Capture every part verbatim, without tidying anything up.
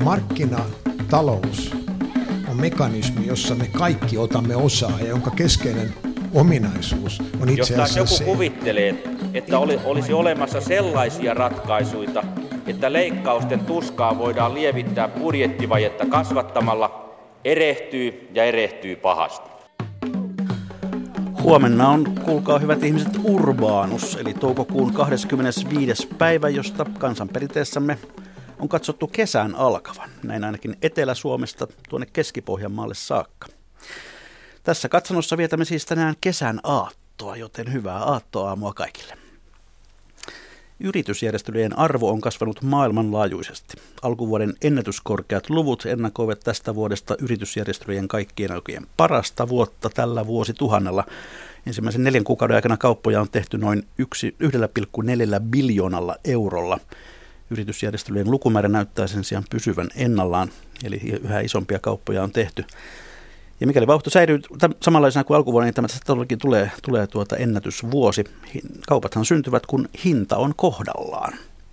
Markkinatalous on mekanismi, jossa me kaikki otamme osaa ja jonka keskeinen ominaisuus on itse asiassa Jos taas se. joku kuvittelee, että oli, olisi olemassa sellaisia ratkaisuja, että leikkausten tuskaa voidaan lievittää budjettivajetta kasvattamalla, erehtyy ja erehtyy pahasti. Huomenna on, kuulkaa hyvät ihmiset, Urbanus, eli toukokuun kahdeskymmenesviides päivä, josta kansanperinteessämme on katsottu kesän alkavan. Näin ainakin Etelä-Suomesta tuonne Keski-Pohjanmaalle saakka. Tässä katsannossa vietämme siis tänään kesän aattoa, joten hyvää aattoaamua kaikille. Yritysjärjestelyjen arvo on kasvanut maailmanlaajuisesti. Alkuvuoden ennätyskorkeat luvut ennakoivat tästä vuodesta yritysjärjestelyjen kaikkien aikojen parasta vuotta tällä vuosituhannella. Ensimmäisen neljän kuukauden aikana kauppoja on tehty noin yksi pilkku neljä biljoonalla eurolla. Yritysjärjestelyjen lukumäärä näyttää sen sijaan pysyvän ennallaan, eli yhä isompia kauppoja on tehty. Ja mikäli vauhto säilyy samanlaisena kuin alkuvuonna, niin tämä todellakin tulee, tulee tuota ennätysvuosi. Kaupathan syntyvät, kun hinta on kohdallaan.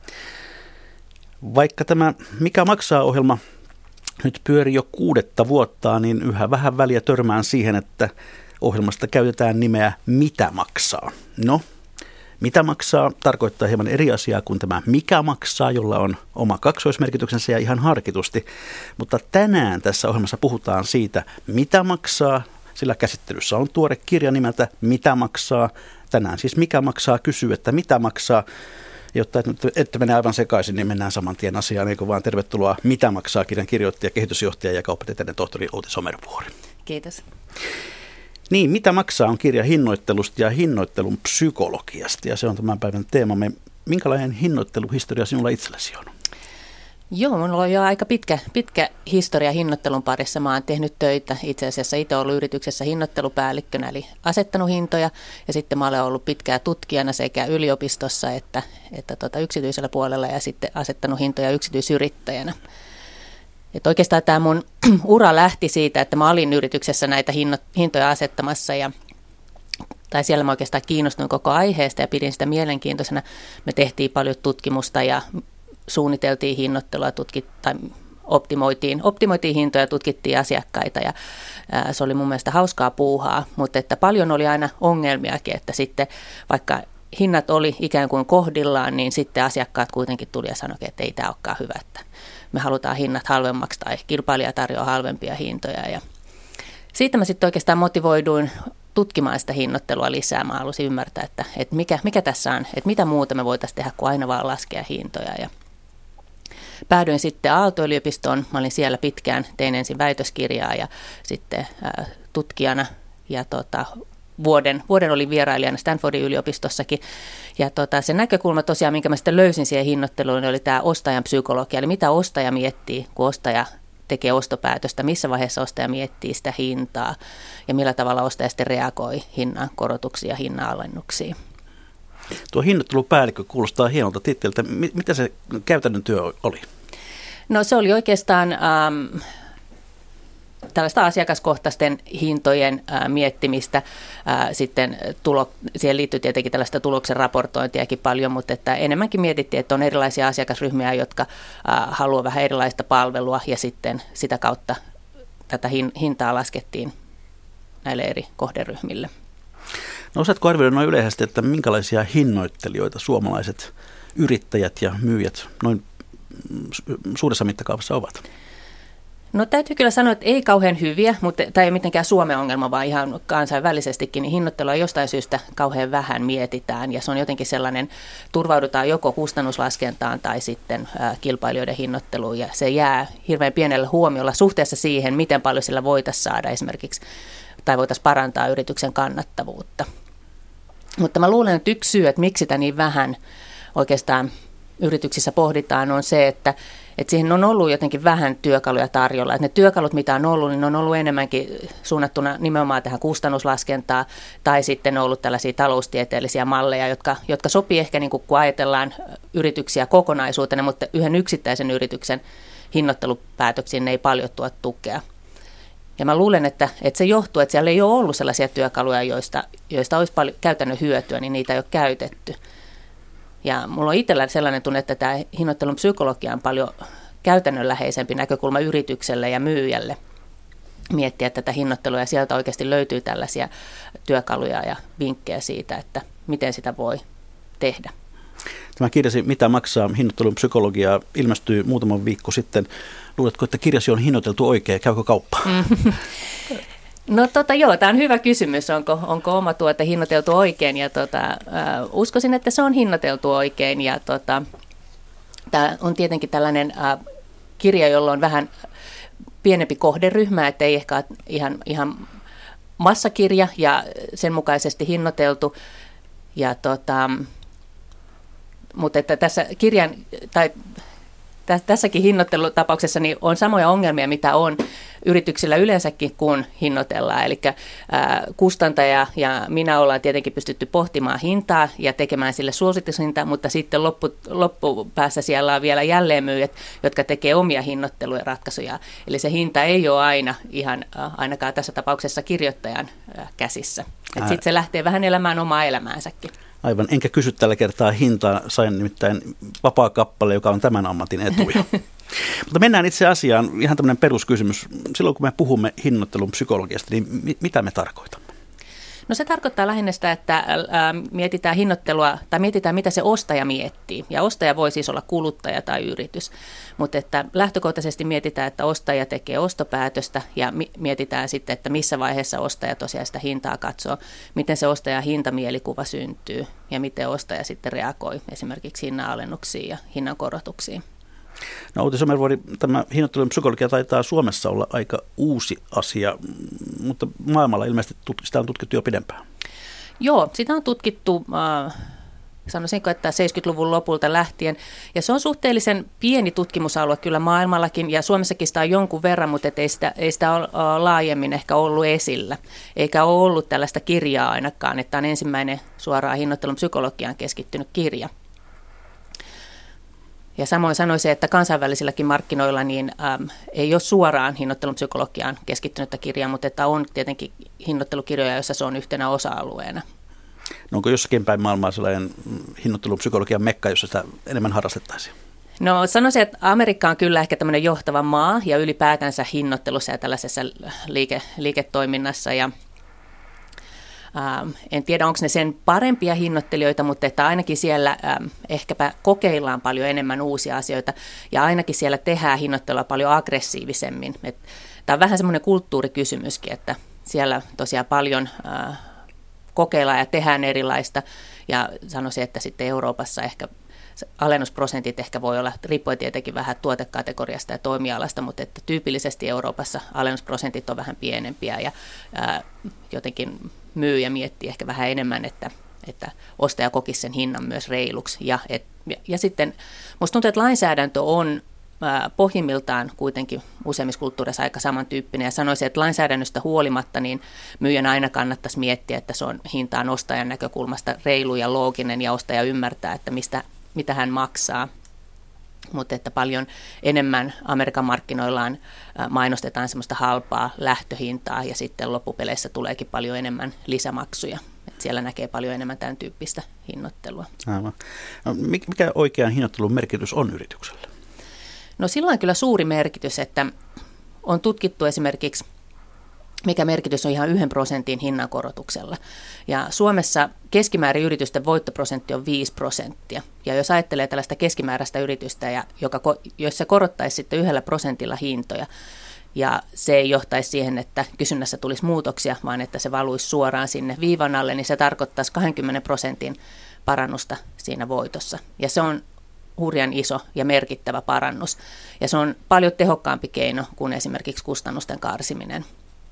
Vaikka tämä Mikä maksaa -ohjelma nyt pyöri jo kuudetta vuotta, niin yhä vähän väliä törmään siihen, että ohjelmasta käytetään nimeä Mitä maksaa. No, mitä maksaa tarkoittaa hieman eri asiaa kuin tämä Mikä maksaa, jolla on oma kaksoismerkityksensä ja ihan harkitusti. Mutta tänään tässä ohjelmassa puhutaan siitä, mitä maksaa, sillä käsittelyssä on tuore kirja nimeltä Mitä maksaa. Tänään siis Mikä maksaa kysyy, että mitä maksaa. Jotta ette mene aivan sekaisin, niin mennään saman tien asiaan. Eikö vaan tervetuloa Mitä maksaa -kirjan kirjoittaja, kehitysjohtaja ja kauppatieteiden tohtori Outi Somervuori. Kiitos. Niin, Mitä maksaa -on kirja hinnoittelusta ja hinnoittelun psykologiasta, ja se on tämän päivän teemamme. Minkälainen hinnoitteluhistoria sinulla itselläsi on? Joo, minulla on jo aika pitkä, pitkä historia hinnoittelun parissa. Mä oon tehnyt töitä. Itse asiassa itse ollut yrityksessä hinnoittelupäällikkönä, eli asettanut hintoja. Ja sitten mä olen ollut pitkään tutkijana sekä yliopistossa että, että tota yksityisellä puolella ja sitten asettanut hintoja yksityisyrittäjänä. Että oikeastaan tämä mun ura lähti siitä, että mä olin yrityksessä näitä hinno, hintoja asettamassa ja tai siellä mä oikeastaan kiinnostuin koko aiheesta ja pidin sitä mielenkiintoisena. Me tehtiin paljon tutkimusta ja suunniteltiin hinnoittelua, tutkit, tai optimoitiin, optimoitiin hintoja, tutkittiin asiakkaita ja ää, se oli mun mielestä hauskaa puuhaa, mutta että paljon oli aina ongelmiakin, että sitten vaikka hinnat oli ikään kuin kohdillaan, niin sitten asiakkaat kuitenkin tuli ja sanoi, että ei tämä olekaan hyvä, että me halutaan hinnat halvemmaksi tai kilpailija tarjoaa halvempia hintoja. Ja siitä mä sitten oikeastaan motivoiduin tutkimaan sitä hinnoittelua lisää. Mä halusin ymmärtää, että, että mikä, mikä tässä on, että mitä muuta me voitaisiin tehdä kuin aina vaan laskea hintoja. Ja päädyin sitten Aalto-yliopistoon. Mä olin siellä pitkään, tein ensin väitöskirjaa ja sitten ää, tutkijana ja tota, Vuoden, vuoden olin vierailijana Stanfordin yliopistossakin. Ja tota, se näkökulma tosiaan, minkä mä sitten löysin siihen hinnoitteluun, oli tämä ostajan psykologia. Eli mitä ostaja miettii, kun ostaja tekee ostopäätöstä, missä vaiheessa ostaja miettii sitä hintaa ja millä tavalla ostaja sitten reagoi hinnan korotuksiin ja hinnan alennuksiin. Tuo hinnoittelupäällikkö kuulostaa hienolta titteliltä. Mitä se käytännön työ oli? No se oli oikeastaan Ähm, tällaista asiakaskohtaisten hintojen ää, miettimistä. Ää, sitten tulo, siihen liittyy tietenkin tällaista tuloksen raportointiakin paljon, mutta että enemmänkin mietittiin, että on erilaisia asiakasryhmiä, jotka ää, haluaa vähän erilaista palvelua ja sitten sitä kautta tätä hin, hintaa laskettiin näille eri kohderyhmille. No osaatko arvioida noin yleisesti, että minkälaisia hinnoittelijoita suomalaiset yrittäjät ja myyjät noin suuressa mittakaavassa ovat? No täytyy kyllä sanoa, että ei kauhean hyviä, mutta tämä ei ole mitenkään Suomen ongelma, vaan ihan kansainvälisestikin, niin hinnoittelua jostain syystä kauhean vähän mietitään ja se on jotenkin sellainen, turvaudutaan joko kustannuslaskentaan tai sitten ää, kilpailijoiden hinnoitteluun ja se jää hirveän pienellä huomiolla suhteessa siihen, miten paljon sillä voitaisiin saada esimerkiksi tai voitaisiin parantaa yrityksen kannattavuutta. Mutta mä luulen, että yksi syy, että miksi sitä niin vähän oikeastaan yrityksissä pohditaan, on se, että, että siihen on ollut jotenkin vähän työkaluja tarjolla. Että ne työkalut, mitä on ollut, niin ne on ollut enemmänkin suunnattuna nimenomaan tähän kustannuslaskentaan tai sitten on ollut tällaisia taloustieteellisiä malleja, jotka, jotka sopii ehkä niin kuin, kun ajatellaan yrityksiä kokonaisuutena, mutta yhden yksittäisen yrityksen hinnoittelupäätöksiin ne ei paljon tuo tukea. Ja mä luulen, että, että se johtuu, että siellä ei ole ollut sellaisia työkaluja, joista, joista olisi paljon käytännön hyötyä, niin niitä ei ole käytetty. Ja mulla on itsellä sellainen tunne, että tämä hinnoittelun psykologia on paljon käytännönläheisempi näkökulma yritykselle ja myyjälle miettiä tätä hinnoittelua, ja sieltä oikeasti löytyy tällaisia työkaluja ja vinkkejä siitä, että miten sitä voi tehdä. Tämä kirjasi Mitä maksaa hinnoittelun psykologiaa ilmestyy muutaman viikko sitten. Luuletko, että kirjasi on hinnoiteltu oikein? Käykö kauppa? No tota, joo, tämä on hyvä kysymys. Onko, onko oma tuote hinnoiteltu oikein? Ja tota, äh, uskoisin, että se on hinnoiteltu oikein. Ja tota, tämä on tietenkin tällainen äh, kirja, jolla on vähän pienempi kohderyhmä, ettei ehkä ihan, ihan massakirja ja sen mukaisesti hinnoiteltu. Ja tota, mutta että tässä kirjan, tai tässäkin hinnoittelutapauksessa niin on samoja ongelmia, mitä on yrityksillä yleensäkin, kun hinnoitellaan. Eli kustantaja ja minä ollaan tietenkin pystytty pohtimaan hintaa ja tekemään sille suositushintaa, mutta sitten loppu, loppupäässä siellä on vielä jälleenmyyjät, jotka tekee omia hinnoitteluja ratkaisuja. Eli se hinta ei ole aina ihan, ainakaan tässä tapauksessa kirjoittajan käsissä. Sitten se lähtee vähän elämään omaa elämäänsäkin. Aivan, enkä kysy tällä kertaa hintaa, sain nimittäin vapaa kappale, joka on tämän ammatin etuja. Mutta mennään itse asiaan, ihan tämmöinen peruskysymys. Silloin kun me puhumme hinnoittelun psykologiasta, niin mi- mitä me tarkoitamme? No se tarkoittaa lähinnä sitä, että ää, mietitään hinnoittelua tai mietitään, mitä se ostaja miettii. Ja ostaja voi siis olla kuluttaja tai yritys, mutta että lähtökohtaisesti mietitään, että ostaja tekee ostopäätöstä ja mi- mietitään sitten, että missä vaiheessa ostaja tosiaan sitä hintaa katsoo, miten se ostajan hintamielikuva syntyy ja miten ostaja sitten reagoi esimerkiksi hinnanalennuksiin ja hinnankorotuksiin. No Outi Somervuori, tämä hinnoittelun psykologia taitaa Suomessa olla aika uusi asia, mutta maailmalla ilmeisesti sitä on tutkittu jo pidempään. Joo, sitä on tutkittu, äh, sanoisinko, että seitsemänkymmentäluvun lopulta lähtien, ja se on suhteellisen pieni tutkimusalue kyllä maailmallakin, ja Suomessakin sitä on jonkun verran, mutta ei sitä, ei sitä ole laajemmin ehkä ollut esillä, eikä ole ollut tällaista kirjaa ainakaan, että on ensimmäinen suoraan hinnoittelun psykologiaan keskittynyt kirja. Ja samoin sanoisin, että kansainvälisilläkin markkinoilla niin, äm, ei ole suoraan hinnoittelun psykologiaan keskittynyttä kirjaa, mutta että on tietenkin hinnoittelukirjoja, joissa se on yhtenä osa-alueena. No onko jossakin päin maailmaa sellainen hinnoittelun psykologian mekka, jossa sitä enemmän harrastettaisiin? No sanoisin, että Amerikka on kyllä ehkä tämmöinen johtava maa ja ylipäätänsä hinnoittelussa ja tällaisessa liike, liiketoiminnassa ja Ähm, en tiedä, onko ne sen parempia hinnoittelijoita, mutta että ainakin siellä ähm, ehkäpä kokeillaan paljon enemmän uusia asioita ja ainakin siellä tehdään hinnoittelua paljon aggressiivisemmin. Tämä on vähän semmoinen kulttuurikysymyskin, että siellä tosiaan paljon äh, kokeillaan ja tehdään erilaista ja sanoisin, että sitten Euroopassa ehkä alennusprosentit ehkä voi olla, riippuen tietenkin vähän tuotekategoriasta ja toimialasta, mutta että tyypillisesti Euroopassa alennusprosentit on vähän pienempiä ja ää, jotenkin myyjä miettii ehkä vähän enemmän, että, että ostaja kokisi sen hinnan myös reiluksi. Ja, et, ja, ja sitten musta tuntuu, että lainsäädäntö on ää, pohjimmiltaan kuitenkin useimmissa kulttuureissa aika samantyyppinen ja sanoisin, että lainsäädännöstä huolimatta niin myyjän aina kannattaisi miettiä, että se on hintaan ostajan näkökulmasta reilu ja looginen ja ostaja ymmärtää, että mistä mitä hän maksaa, mutta että paljon enemmän Amerikan markkinoillaan mainostetaan semmoista halpaa lähtöhintaa ja sitten loppupeleissä tuleekin paljon enemmän lisämaksuja. Et siellä näkee paljon enemmän tämän tyyppistä hinnoittelua. Aivan. No, mikä oikean hinnoittelun merkitys on yritykselle? No sillä on kyllä suuri merkitys, että on tutkittu esimerkiksi mikä merkitys on ihan yhden prosentin hinnankorotuksella. Ja Suomessa keskimäärin yritysten voittoprosentti on viisi prosenttia. Ja jos ajattelee tällaista keskimääräistä yritystä, ja joka, jos se korottaisi sitten yhdellä prosentilla hintoja, ja se ei johtaisi siihen, että kysynnässä tulisi muutoksia, vaan että se valuisi suoraan sinne viivan alle, niin se tarkoittaisi kaksikymmentä prosentin parannusta siinä voitossa. Ja se on hurjan iso ja merkittävä parannus. Ja se on paljon tehokkaampi keino kuin esimerkiksi kustannusten karsiminen.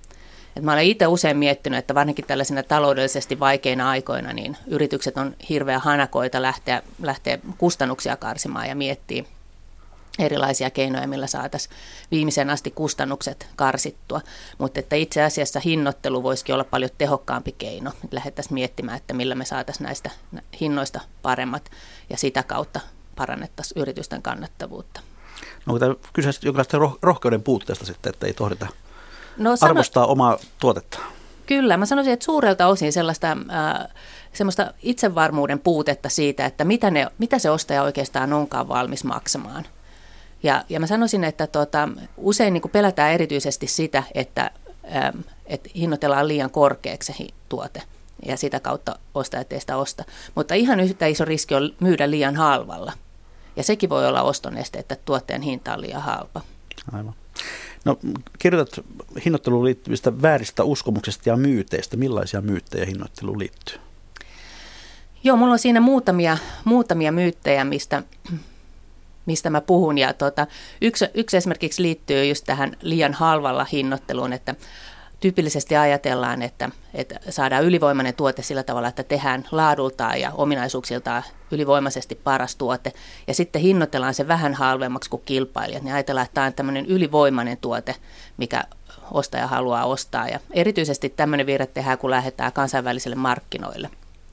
Et mä olen itse usein miettinyt, että varsinkin tällaisina taloudellisesti vaikeina aikoina, niin yritykset on hirveän hanakoita lähteä, lähteä kustannuksia karsimaan ja miettiä erilaisia keinoja, millä saataisiin viimeisen asti kustannukset karsittua. Mutta että itse asiassa hinnoittelu voisikin olla paljon tehokkaampi keino. Että lähdettäisiin miettimään, että millä me saataisiin näistä hinnoista paremmat ja sitä kautta parannettaisiin yritysten kannattavuutta. Onko tämä kyseessä jonkinlaista rohkeuden puutteesta sitten, että ei tohdita No, sano, arvostaa omaa tuotetta? Kyllä, mä sanoisin, että suurelta osin sellaista äh, semmoista itsevarmuuden puutetta siitä, että mitä, ne, mitä se ostaja oikeastaan onkaan valmis maksamaan. Ja, ja mä sanoisin, että tota, usein niin kuin pelätään erityisesti sitä, että, ähm, että hinnoitellaan liian korkeaksi se tuote ja sitä kautta ostajat ei sitä osta. Mutta ihan yhtä iso riski on myydä liian halvalla. Ja sekin voi olla ostoneste, että tuotteen hinta on liian halpa. Aivan. No, kirjoitat hinnoitteluun liittyvistä vääristä uskomuksista ja myyteistä. Millaisia myyttejä hinnoitteluun liittyy? Joo, mulla on siinä muutamia, muutamia myyttejä, mistä, mistä mä puhun. Ja tota, yksi, yksi esimerkiksi liittyy just tähän liian halvalla hinnoitteluun, että tyypillisesti ajatellaan, että, että saadaan ylivoimainen tuote sillä tavalla, että tehdään laadultaan ja ominaisuuksiltaan ylivoimaisesti paras tuote. Ja sitten hinnoitellaan se vähän halvemmaksi kuin kilpailijat. Niin ajatellaan, että tämä on tämmöinen ylivoimainen tuote, mikä ostaja haluaa ostaa. Ja erityisesti tämmöinen virhe tehdään, kun lähdetään kansainvälisille markkinoille.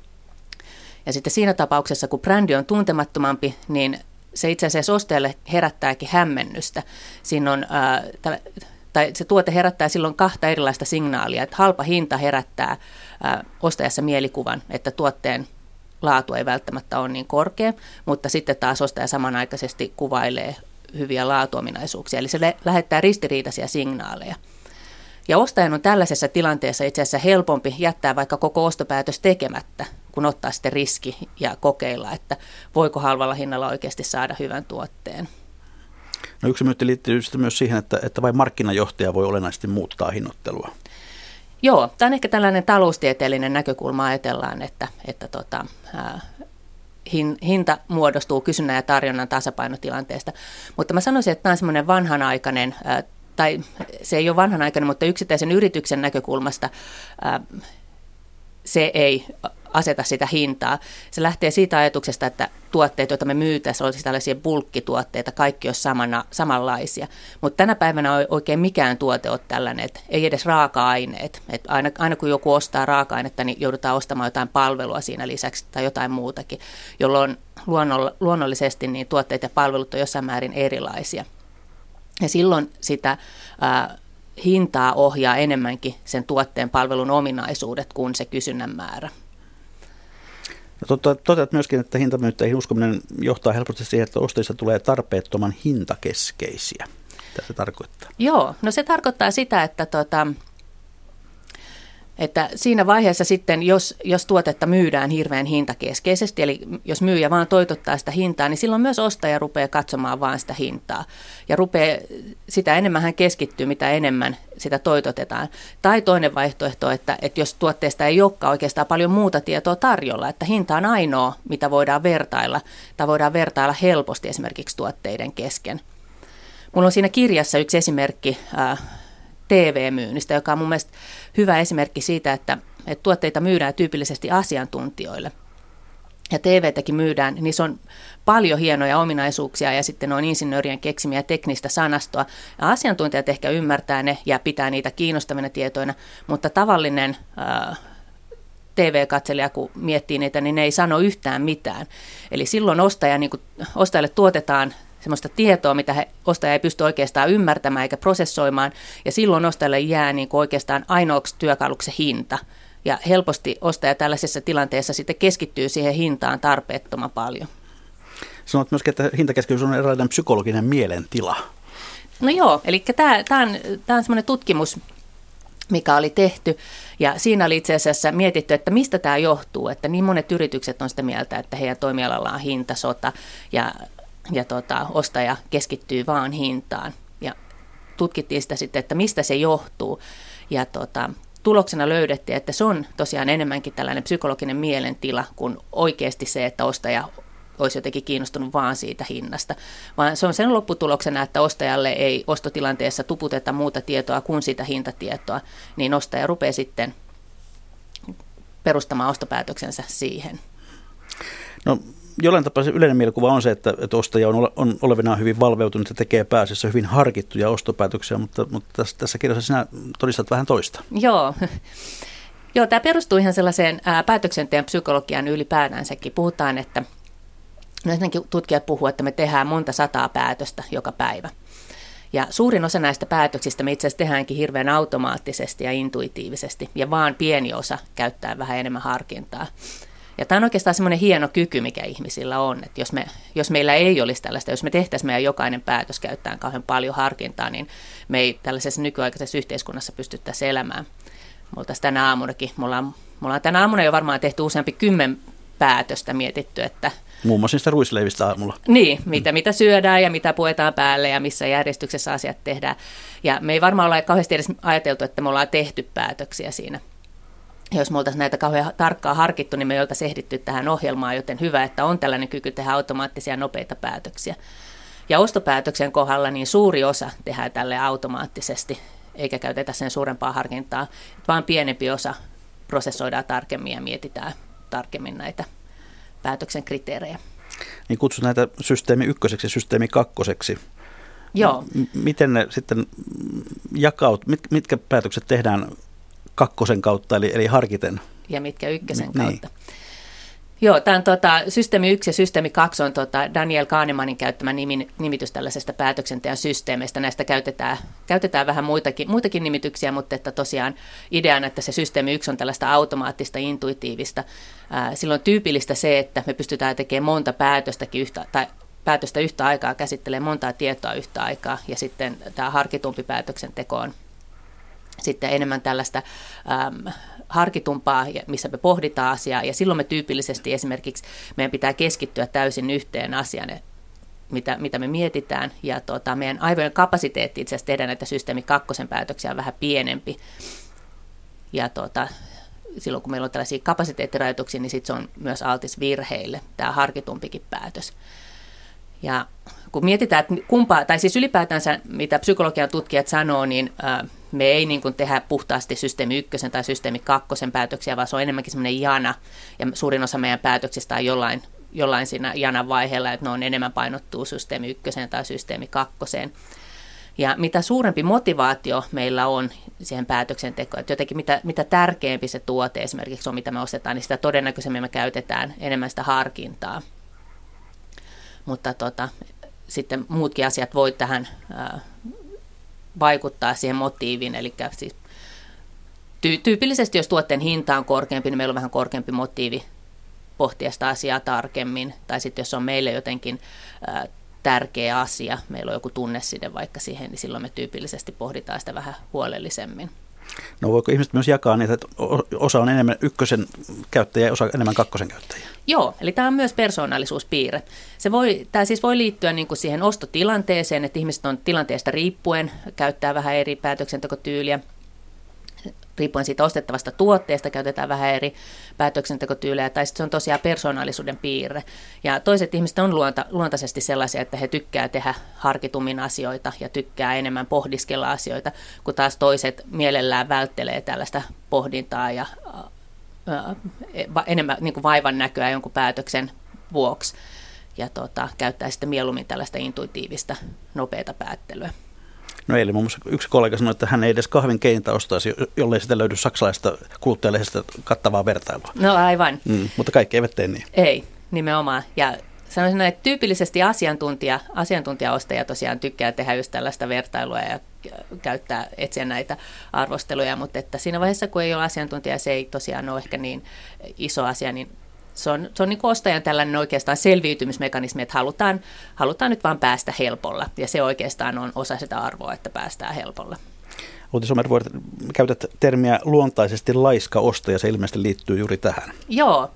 Ja sitten siinä tapauksessa, kun brändi on tuntemattomampi, niin se itse asiassa ostajalle herättääkin hämmennystä. Siinä on, ää, tällä, tai se tuote herättää silloin kahta erilaista signaalia. Että halpa hinta herättää ää, ostajassa mielikuvan, että tuotteen laatu ei välttämättä ole niin korkea, mutta sitten taas ostaja samanaikaisesti kuvailee hyviä laatuominaisuuksia. Eli se lä- lähettää ristiriitaisia signaaleja. Ja ostajan on tällaisessa tilanteessa itse asiassa helpompi jättää vaikka koko ostopäätös tekemättä, kun ottaa sitten riski ja kokeilla, että voiko halvalla hinnalla oikeasti saada hyvän tuotteen. No yksi myytti liittyy myös siihen, että, että vain markkinajohtaja voi olennaisesti muuttaa hinnoittelua. Joo, tämä on ehkä tällainen taloustieteellinen näkökulma, ajatellaan, että, että tota, ää, hin, hinta muodostuu kysynnän ja tarjonnan tasapainotilanteesta. Mutta mä sanoisin, että tämä on semmoinen vanhanaikainen, ää, tai se ei ole vanhanaikainen, mutta yksittäisen yrityksen näkökulmasta ää, se ei aseta sitä hintaa. Se lähtee siitä ajatuksesta, että tuotteet, joita me myytäisiin, olisi tällaisia bulkkituotteita, kaikki olisi samana, samanlaisia. Mutta tänä päivänä oikein mikään tuote ole tällainen, että ei edes raaka-aineet. Et aina, aina kun joku ostaa raaka-ainetta, niin joudutaan ostamaan jotain palvelua siinä lisäksi tai jotain muutakin, jolloin luonnollisesti niin tuotteet ja palvelut on jossain määrin erilaisia. Ja silloin sitä ää, hintaa ohjaa enemmänkin sen tuotteen palvelun ominaisuudet kuin se kysynnän määrä. No, toteat myöskin, että hintamyytteihin uskominen johtaa helposti siihen, että ostajista tulee tarpeettoman hintakeskeisiä. Mitä se tarkoittaa? Joo, no se tarkoittaa sitä, että, tota, että siinä vaiheessa sitten, jos, jos tuotetta myydään hirveän hintakeskeisesti, eli jos myyjä vaan toitottaa sitä hintaa, niin silloin myös ostaja rupeaa katsomaan vaan sitä hintaa. Ja rupeaa, sitä enemmän hän keskittyy, mitä enemmän sitä toitotetaan. Tai toinen vaihtoehto, että, että jos tuotteesta ei olekaan oikeastaan paljon muuta tietoa tarjolla, että hinta on ainoa, mitä voidaan vertailla, tai voidaan vertailla helposti esimerkiksi tuotteiden kesken. Mulla on siinä kirjassa yksi esimerkki äh, T V-myynnistä, joka on mun mielestä hyvä esimerkki siitä, että, että tuotteita myydään tyypillisesti asiantuntijoille. Ja T V:täkin myydään, niin se on paljon hienoja ominaisuuksia ja sitten on insinöörien keksimiä teknistä sanastoa. Ja asiantuntijat ehkä ymmärtää ne ja pitää niitä kiinnostavina tietoina, mutta tavallinen ää, T V-katselija, kun miettii niitä, niin ne ei sano yhtään mitään. Eli silloin ostaja, niin kuin, ostajalle tuotetaan semmoista tietoa, mitä he, ostaja ei pysty oikeastaan ymmärtämään eikä prosessoimaan, ja silloin ostajalle jää niin kuin oikeastaan ainoaksi työkaluksi hinta. Ja helposti ostaja tällaisessa tilanteessa sitten keskittyy siihen hintaan tarpeettoman paljon. Sanoit myöskin, että hintakeskitys on eräänlainen psykologinen mielentila. No joo, eli tämä, tämä on, tämä on semmoinen tutkimus, mikä oli tehty, ja siinä oli itse asiassa mietitty, että mistä tämä johtuu, että niin monet yritykset on sitä mieltä, että heidän toimialalla on hintasota, ja ja tota, ostaja keskittyy vaan hintaan. Ja tutkittiin sitä sitten, että mistä se johtuu. Ja tota, tuloksena löydettiin, että se on tosiaan enemmänkin tällainen psykologinen mielentila kuin oikeasti se, että ostaja olisi jotenkin kiinnostunut vaan siitä hinnasta. Vaan se on sen lopputuloksena, että ostajalle ei ostotilanteessa tuputeta muuta tietoa kuin sitä hintatietoa, niin ostaja rupeaa sitten perustamaan ostopäätöksensä siihen. No, jollain tapaa se yleinen mielikuva on se, että, että ostaja on, on olevinaan hyvin valveutunut ja tekee pääasiassa hyvin harkittuja ostopäätöksiä, mutta, mutta tässä, tässä kirjassa sinä todistat vähän toista. Joo. Joo, tämä perustuu ihan sellaiseen ää, päätöksenteon psykologiaan ylipäätänsäkin. Puhutaan, että no ensinnäkin tutkijat puhuvat, että me tehdään monta sataa päätöstä joka päivä. Ja suurin osa näistä päätöksistä me itse asiassa tehdäänkin hirveän automaattisesti ja intuitiivisesti, ja vaan pieni osa käyttää vähän enemmän harkintaa. Ja tämä on oikeastaan semmoinen hieno kyky, mikä ihmisillä on, että jos, me, jos meillä ei olisi tällaista, jos me tehtäisiin meidän jokainen päätös käyttäen kauhean paljon harkintaa, niin me ei tällaisessa nykyaikaisessa yhteiskunnassa pystyttäisi elämään. Me oltaisiin tänä aamunakin, me ollaan, me ollaan tänä aamuna jo varmaan tehty useampi kymmen päätöstä mietitty, että muun muassa niistä ruisleivistä aamulla. Niin, mitä, mitä syödään ja mitä puetaan päälle ja missä järjestyksessä asiat tehdään. Ja me ei varmaan olla kauheasti edes ajateltu, että me ollaan tehty päätöksiä siinä. Jos me oltaisiin näitä kauhean tarkkaan harkittu, niin me ei oltaisiin ehditty tähän ohjelmaan, joten hyvä, että on tällainen kyky tehdä automaattisia nopeita päätöksiä. Ja ostopäätöksen kohdalla niin suuri osa tehdään tälle automaattisesti, eikä käytetä sen suurempaa harkintaa, vaan pienempi osa prosessoidaan tarkemmin ja mietitään tarkemmin näitä päätöksen kriteerejä. Niin kutsut näitä systeemi ykköseksi ja systeemi kakkoseksi. Joo. M- miten ne sitten jakaut, mit, mitkä päätökset tehdään kakkosen kautta, eli, eli harkiten? Ja mitkä ykkösen niin. kautta. Joo, tämän tota, systeemi yksi ja systeemi kaksi on tota, Daniel Kahnemanin käyttämä nimi, nimitys tällaisesta päätöksenteon systeemeistä. Näistä käytetään, käytetään vähän muitakin, muitakin nimityksiä, mutta että tosiaan ideana, että se systeemi yksi on tällaista automaattista, intuitiivista. Ää, silloin on tyypillistä se, että me pystytään tekemään monta päätöstäkin yhtä, tai päätöstä yhtä aikaa, käsittelee montaa tietoa yhtä aikaa, ja sitten tämä harkitumpi päätöksenteko on sitten enemmän tällaista äm, harkitumpaa, missä me pohditaan asiaa, ja silloin me tyypillisesti esimerkiksi meidän pitää keskittyä täysin yhteen asiaan, mitä, mitä me mietitään, ja tota, meidän aivojen kapasiteetti itse asiassa tehdä näitä systeemi kakkosen päätöksiä on vähän pienempi, ja tota, silloin kun meillä on tällaisia kapasiteettirajoituksia, niin sitten se on myös altis virheille, tämä harkitumpikin päätös. Ja kun mietitään, että kumpaa, tai siis ylipäätänsä mitä psykologian tutkijat sanoo, niin ää, me ei niin kuin tehdä puhtaasti systeemi ykkösen tai systeemi kakkosen päätöksiä, vaan se on enemmänkin semmoinen jana, ja suurin osa meidän päätöksistä on jollain, jollain siinä janan vaiheella, että ne on enemmän painottuu systeemi ykköseen tai systeemi kakkoseen. Ja mitä suurempi motivaatio meillä on siihen päätöksentekoon, että jotenkin mitä, mitä tärkeämpi se tuote esimerkiksi on, mitä me ostetaan, niin sitä todennäköisemmin me käytetään enemmän sitä harkintaa. Mutta tota, sitten muutkin asiat voi tähän ää, vaikuttaa siihen motiiviin, eli siis ty- tyypillisesti jos tuotteen hinta on korkeampi, niin meillä on vähän korkeampi motiivi pohtia sitä asiaa tarkemmin, tai sitten jos on meille jotenkin ää, tärkeä asia, meillä on joku tunneside vaikka siihen, niin silloin me tyypillisesti pohditaan sitä vähän huolellisemmin. No voiko ihmiset myös jakaa niitä, että osa on enemmän ykkösen käyttäjä ja osa enemmän kakkosen käyttäjä? Joo, eli tämä on myös persoonallisuuspiirre. Se voi, tämä siis voi liittyä niin kuin siihen ostotilanteeseen, että ihmiset on tilanteesta riippuen, käyttää vähän eri päätöksentekotyyliä. Riippuen siitä ostettavasta tuotteesta käytetään vähän eri päätöksentekotyylejä, tai sitten se on tosiaan persoonallisuuden piirre. Ja toiset ihmiset on luonta, luontaisesti sellaisia, että he tykkää tehdä harkitummin asioita ja tykkää enemmän pohdiskella asioita, kun taas toiset mielellään välttelee tällaista pohdintaa ja ää, enemmän niin kuin vaivan näköä jonkun päätöksen vuoksi. Ja tota, käyttää sitten mieluummin tällaista intuitiivista, nopeata päättelyä. No eilen muun muassa yksi kollega sanoi, että hän ei edes kahvin keintä ostaisi, jollei sitä löydy saksalaisesta kuluttajalehdestä kattavaa vertailua. No aivan. Mm, mutta kaikki eivät tee niin. Ei, nimenomaan. Ja sanoisin näin, että tyypillisesti asiantuntija, asiantuntijaostaja tosiaan tykkää tehdä just tällaista vertailua ja käyttää, etsiä näitä arvosteluja, mutta että siinä vaiheessa, kun ei ole asiantuntija, se ei tosiaan ole ehkä niin iso asia, niin se on, se on niin kuin ostajan tällainen oikeastaan selviytymismekanismi, että halutaan, halutaan nyt vaan päästä helpolla, ja se oikeastaan on osa sitä arvoa, että päästään helpolla. Outi Somervuori, käytät termiä luontaisesti laiska ostaja, se ilmeisesti liittyy juuri tähän. Joo.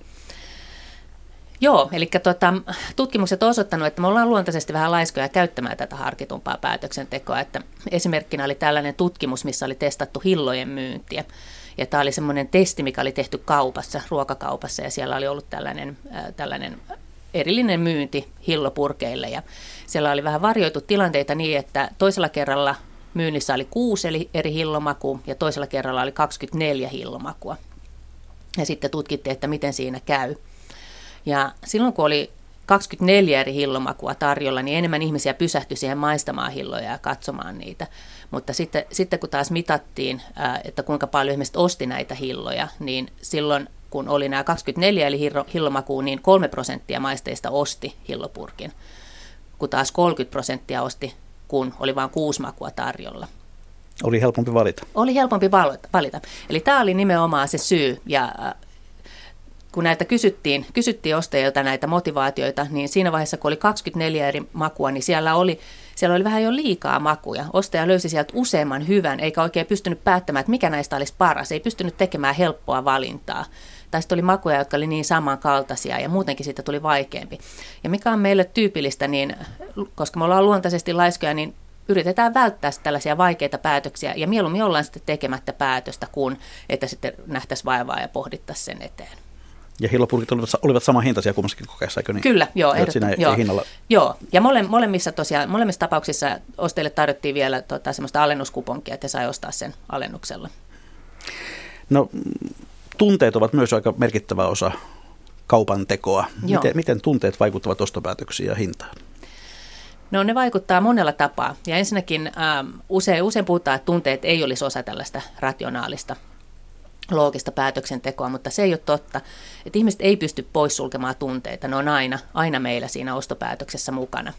Joo, eli tota, tutkimukset on osoittanut, että me ollaan luontaisesti vähän laiskoja käyttämään tätä harkitumpaa päätöksentekoa. Että esimerkkinä oli tällainen tutkimus, missä oli testattu hillojen myyntiä. Ja tämä oli semmoinen testi, mikä oli tehty kaupassa, ruokakaupassa, ja siellä oli ollut tällainen, äh, tällainen erillinen myynti hillopurkeille. Ja siellä oli vähän varjoitu tilanteita niin, että toisella kerralla myynnissä oli kuusi eli eri hillomakua, ja toisella kerralla oli kaksikymmentäneljä hillomakua. Ja sitten tutkittiin, että miten siinä käy. Ja silloin kun oli kaksikymmentäneljä eri hillomakua tarjolla, niin enemmän ihmisiä pysähtyi siihen maistamaan hilloja ja katsomaan niitä. Mutta sitten, sitten kun taas mitattiin, että kuinka paljon ihmiset osti näitä hilloja, niin silloin kun oli nämä kaksikymmentäneljä eli hillomakua, niin kolme prosenttia maisteista osti hillopurkin, kun taas kolmekymmentä prosenttia osti, kun oli vain kuusi makua tarjolla. Oli helpompi valita. Oli helpompi valita. Eli tämä oli nimenomaan se syy. Ja kun näitä kysyttiin, kysyttiin ostajilta näitä motivaatioita, niin siinä vaiheessa, kun oli kaksikymmentäneljä eri makua, niin siellä oli, siellä oli vähän jo liikaa makuja. Ostaja löysi sieltä useamman hyvän, eikä oikein pystynyt päättämään, että mikä näistä olisi paras. Ei pystynyt tekemään helppoa valintaa. Tai sitten oli makuja, jotka oli niin samankaltaisia ja muutenkin siitä tuli vaikeampi. Ja mikä on meille tyypillistä, niin koska me ollaan luontaisesti laiskoja, niin yritetään välttää tällaisia vaikeita päätöksiä ja mieluummin ollaan sitten tekemättä päätöstä, kuin että sitten nähtäisiin vaivaa ja pohdittaisiin sen eteen. Ja hillopurkit olivat, olivat sama hintaisia kummassakin kokeessa, eikö niin? Kyllä, joo. Ehdot, siinä joo, ei hinnalla... joo. Ja mole, molemmissa tosiaan, molemmissa tapauksissa ostajille tarjottiin vielä tota, semmoista alennuskuponkia, että he sai ostaa sen alennuksella. No, tunteet ovat myös aika merkittävä osa kaupan tekoa. Miten, miten tunteet vaikuttavat ostopäätöksiin ja hintaan? No ne vaikuttaa monella tapaa. Ja ensinnäkin ähm, usein, usein puhutaan, että tunteet ei olisi osa tällaista rationaalista, loogista päätöksentekoa, mutta se ei ole totta. Että ihmiset ei pysty poissulkemaan tunteita. Ne on aina, aina meillä siinä ostopäätöksessä mukana.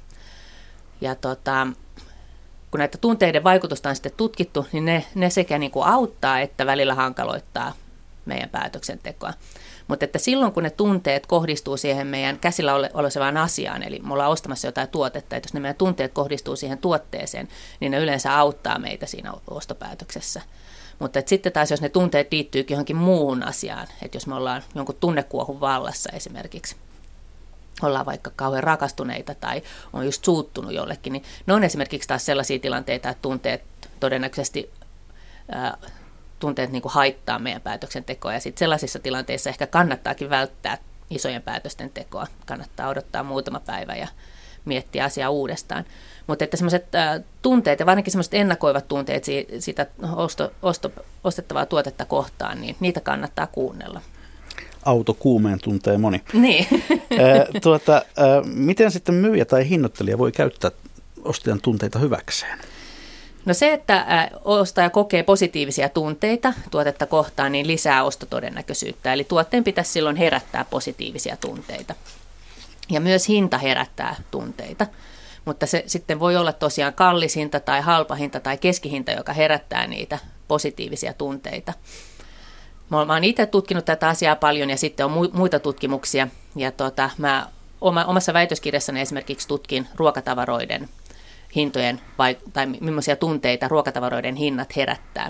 Ja tota, kun näitä tunteiden vaikutusta on sitten tutkittu, niin ne, ne sekä niin kuin auttaa että välillä hankaloittaa meidän päätöksentekoa. Mutta että silloin, kun ne tunteet kohdistuu siihen meidän käsillä olevaan asiaan, eli me ollaan ostamassa jotain tuotetta, että jos ne meidän tunteet kohdistuu siihen tuotteeseen, niin ne yleensä auttaa meitä siinä ostopäätöksessä. Mutta sitten taas, jos ne tunteet liittyykin johonkin muuhun asiaan, että jos me ollaan jonkun tunnekuohun vallassa esimerkiksi, ollaan vaikka kauhean rakastuneita tai on just suuttunut jollekin, niin ne on esimerkiksi taas sellaisia tilanteita, että tunteet todennäköisesti ää, tunteet niin kuin haittaa meidän päätöksentekoa, ja sitten sellaisissa tilanteissa ehkä kannattaakin välttää isojen päätösten tekoa. Kannattaa odottaa muutama päivä ja miettiä asiaa uudestaan. Mutta että semmoiset äh, tunteet, ja varsinkin semmoiset ennakoivat tunteet siitä, siitä osto, osto, ostettavaa tuotetta kohtaan, niin niitä kannattaa kuunnella. Auto kuumeen tuntee moni. Niin. äh, tuota, äh, miten sitten myyjä tai hinnoittelija voi käyttää ostajan tunteita hyväkseen? No se, että ostaja kokee positiivisia tunteita tuotetta kohtaan, niin lisää ostotodennäköisyyttä. Eli tuotteen pitäisi silloin herättää positiivisia tunteita. Ja myös hinta herättää tunteita. Mutta se sitten voi olla tosiaan kallis hinta tai halpa hinta tai keskihinta, joka herättää niitä positiivisia tunteita. Mä oon itse tutkinut tätä asiaa paljon ja sitten on muita tutkimuksia. Ja tota, mä omassa väitöskirjassani esimerkiksi tutkin ruokatavaroiden hintojen vai, tai millaisia tunteita ruokatavaroiden hinnat herättää.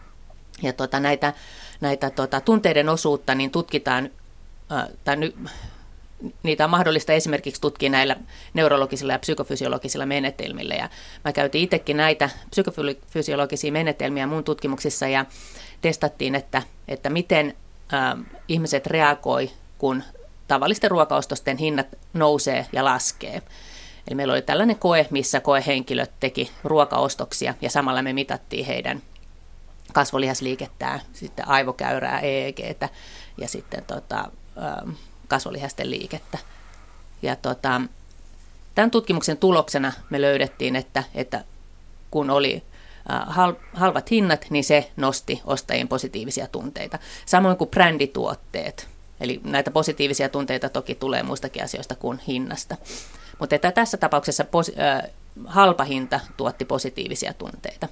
Ja tota, näitä, näitä tota, tunteiden osuutta niin tutkitaan, äh, tai ny, niitä on mahdollista esimerkiksi tutkia näillä neurologisilla ja psykofysiologisilla menetelmillä. Ja mä käytin itsekin näitä psykofysiologisia menetelmiä mun tutkimuksissa ja testattiin, että, että miten äh, ihmiset reagoi, kun tavallisten ruokaostosten hinnat nousee ja laskee. Eli meillä oli tällainen koe, missä koehenkilöt teki ruokaostoksia ja samalla me mitattiin heidän kasvolihasliikettään, sitten aivokäyrää, E E G:tä ja sitten tota, kasvolihasten liikettä. Ja tota, tämän tutkimuksen tuloksena me löydettiin, että, että kun oli halvat hinnat, niin se nosti ostajien positiivisia tunteita. Samoin kuin brändituotteet. Eli näitä positiivisia tunteita toki tulee muistakin asioista kuin hinnasta. Mutta että tässä tapauksessa posi- äh, halpa hinta tuotti positiivisia tunteita.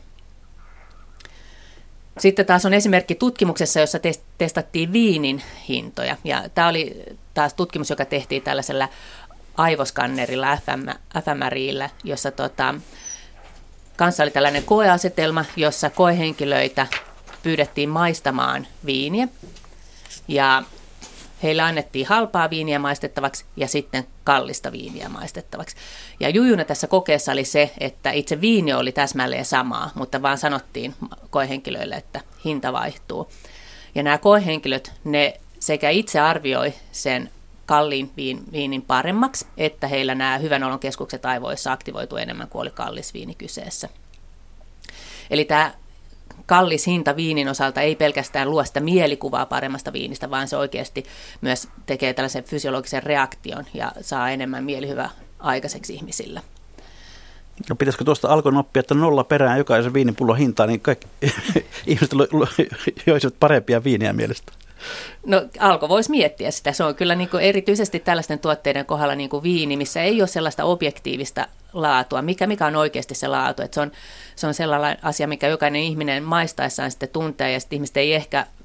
Sitten taas on esimerkki tutkimuksessa, jossa test- testattiin viinin hintoja. Ja tämä oli taas tutkimus, joka tehtiin tällaisella aivoskannerilla, F M R:llä, jossa tota, kanssa oli tällainen koeasetelma, jossa koehenkilöitä pyydettiin maistamaan viiniä. Ja heille annettiin halpaa viiniä maistettavaksi ja sitten kallista viiniä maistettavaksi. Ja jujuna tässä kokeessa oli se, että itse viini oli täsmälleen samaa, mutta vaan sanottiin koehenkilöille, että hinta vaihtuu. Ja nämä koehenkilöt, ne sekä itse arvioi sen kalliin viinin paremmaksi, että heillä nämä hyvän olon keskukset aivoissa aktivoitu enemmän kuin oli kallis viini kyseessä. Eli tämä kallis hinta viinin osalta ei pelkästään luo sitä mielikuvaa paremmasta viinistä, vaan se oikeasti myös tekee tällaisen fysiologisen reaktion ja saa enemmän mielihyvää aikaiseksi ihmisillä. No pitäisikö tuosta alkoin oppia, että nolla perään jokaisen viinipullon hintaa, niin kaikki ihmiset joisivat parempia viiniä mielestä? No Alko voisi miettiä sitä. Se on kyllä niin kuin erityisesti tällaisten tuotteiden kohdalla niin kuin viini, missä ei ole sellaista objektiivista laatua. Mikä, mikä on oikeasti se laatu? Että se, on, se on sellainen asia, mikä jokainen ihminen maistaessaan sitten tuntee ja sitten ihmiset ei ehkä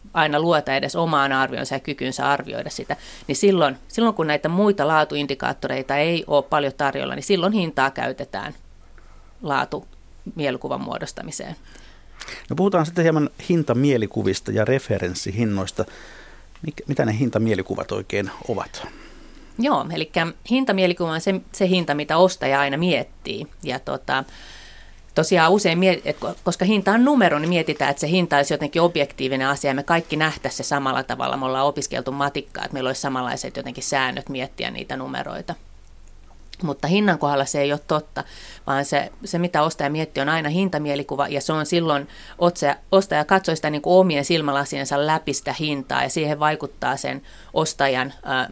aina luota edes omaan arvionsa ja kykynsä arvioida sitä, niin silloin, silloin kun näitä muita laatuindikaattoreita ei ole paljon tarjolla, niin silloin hintaa käytetään laatu mielikuvan muodostamiseen. No puhutaan sitten hieman hintamielikuvista ja referenssihinnoista. Mitä ne hintamielisuvat oikein ovat? Joo, eli hintamielikuva on se, se hinta, mitä ostaja aina miettii. Ja tota, tosiaan usein, koska hinta on numero, niin mietitään, että se hinta olisi jotenkin objektiivinen asia. Me kaikki nähtäisiin se samalla tavalla. Me ollaan opiskeltu matikkaa, että meillä olisi samanlaiset jotenkin säännöt miettiä niitä numeroita. Mutta hinnan kohdalla se ei ole totta, vaan se, se mitä ostaja miettii, on aina hintamielikuva, ja se on silloin, ostaja, ostaja katsoo sitä niin kuin omien silmälasiensa läpi sitä hintaa, ja siihen vaikuttaa sen ostajan ää,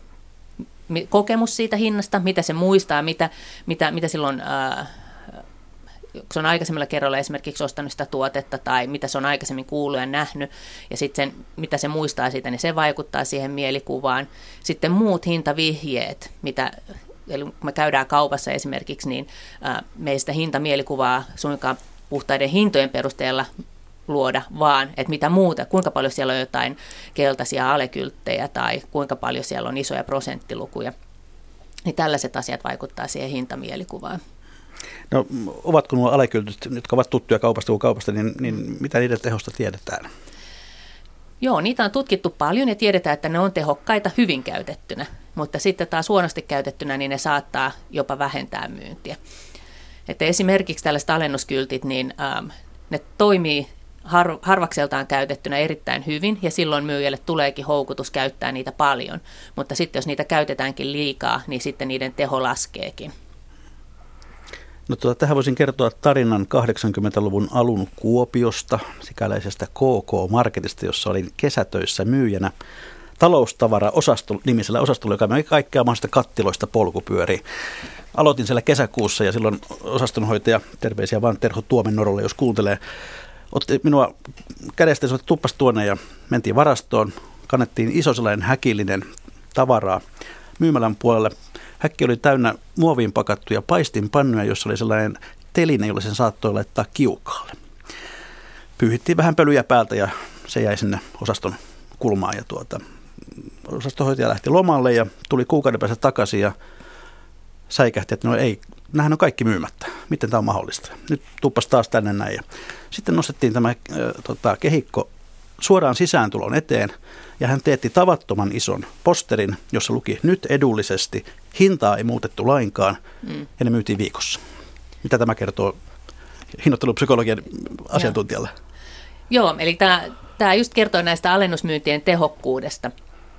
kokemus siitä hinnasta, mitä se muistaa, mitä, mitä, mitä silloin, ää, se on aikaisemmilla kerroilla esimerkiksi ostanut sitä tuotetta, tai mitä se on aikaisemmin kuullut ja nähnyt, ja sitten mitä se muistaa siitä, niin se vaikuttaa siihen mielikuvaan. Sitten muut hintavihjeet, mitä eli kun me käydään kaupassa esimerkiksi, niin ää, me ei sitä hintamielikuvaa suinkaan puhtaiden hintojen perusteella luoda, vaan että mitä muuta, kuinka paljon siellä on jotain keltaisia alekylttejä tai kuinka paljon siellä on isoja prosenttilukuja. Niin tällaiset asiat vaikuttaa siihen hintamielikuvaan. No ovatko nuo alekyltit, jotka ovat tuttuja kaupasta kuin kaupasta, niin, niin mitä niiden tehosta tiedetään? Joo, niitä on tutkittu paljon ja tiedetään, että ne on tehokkaita hyvin käytettynä, mutta sitten taas huonosti käytettynä, niin ne saattaa jopa vähentää myyntiä. Että esimerkiksi tällaiset alennuskyltit, niin ähm, ne toimii har- harvakseltaan käytettynä erittäin hyvin, ja silloin myyjälle tuleekin houkutus käyttää niitä paljon, mutta sitten jos niitä käytetäänkin liikaa, niin sitten niiden teho laskeekin. No tuota, tähän voisin kertoa tarinan kahdeksankymmentäluvun alun Kuopiosta, sikäläisestä K K-marketista, jossa olin kesätöissä myyjänä taloustavara-nimisellä osastolla, joka myi kaikkea mahdollista kattiloista polkupyöriä. Aloitin siellä kesäkuussa ja silloin osastonhoitaja, terveisiä vaan Terho Tuomennorolle, jos kuuntelee, otti minua kädestä ja sanoi, että tuppas tuonne, ja mentiin varastoon, kannettiin iso sellainen häkillinen tavaraa myymälän puolelle. Häkki oli täynnä muoviin pakattuja paistinpannuja, jossa oli sellainen teline, jolla sen saattoi laittaa kiukaalle. Pyyhittiin vähän pölyjä päältä ja se jäi sinne osaston kulmaan. Ja tuota, osastonhoitaja lähti lomalle ja tuli kuukauden päästä takaisin ja säikähti, että no ei, nämähän on kaikki myymättä. Miten tämä on mahdollista? Nyt tuppas taas tänne näin. Ja sitten nostettiin tämä äh, tota, kehikko suoraan sisääntulon eteen, ja hän teetti tavattoman ison posterin, jossa luki nyt edullisesti, hintaa ei muutettu lainkaan, mm. ja ne myytiin viikossa. Mitä tämä kertoo hinnoittelupsykologian asiantuntijalle? Joo, Joo eli tämä, tämä just kertoo näistä alennusmyyntien tehokkuudesta.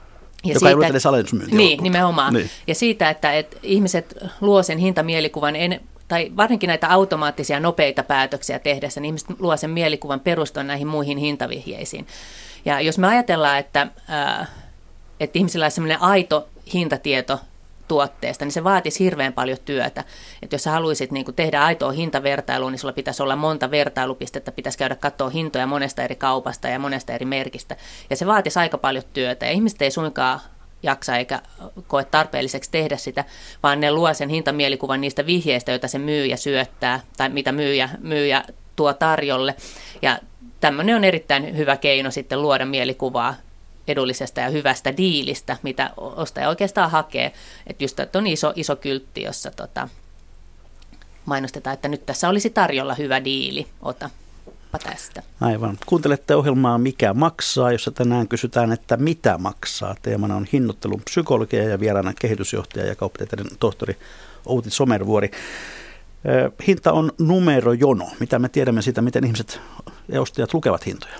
Ja Joka siitä, ei ole edes alennusmyyntiä. Niin, nimenomaan. Niin. Ja siitä, että, että ihmiset luo sen hintamielikuvan, en, tai varsinkin näitä automaattisia nopeita päätöksiä tehdessä, niin ihmiset luo sen mielikuvan perustuen näihin muihin hintavihjeisiin. Ja jos me ajatellaan, että, ää, että ihmisillä on sellainen aito hintatieto tuotteesta, niin se vaatisi hirveän paljon työtä. Että jos sä haluaisit niin kuin tehdä aitoa hintavertailua, niin sulla pitäisi olla monta vertailupistettä, pitäisi käydä katsoa hintoja monesta eri kaupasta ja monesta eri merkistä. Ja se vaatisi aika paljon työtä, ja ihmiset ei suinkaan jaksa eikä koe tarpeelliseksi tehdä sitä, vaan ne luo sen hintamielikuvan niistä vihjeistä, joita se myyjä syöttää, tai mitä myyjä, myyjä tuo tarjolle. Ja tämmöinen on erittäin hyvä keino sitten luoda mielikuvaa edullisesta ja hyvästä diilistä, mitä ostaja oikeastaan hakee. Että just että on iso, iso kyltti, jossa tota, mainostetaan, että nyt tässä olisi tarjolla hyvä diili, otapa tästä. Aivan. Kuuntelette ohjelmaa Mikä maksaa, jossa tänään kysytään, että mitä maksaa. Teemana on hinnoittelun psykologia ja vieraana kehitysjohtaja ja kauppatieteiden tohtori Outi Somervuori. Hinta on numerojono. Mitä me tiedämme siitä, miten ihmiset ja ostajat lukevat hintoja?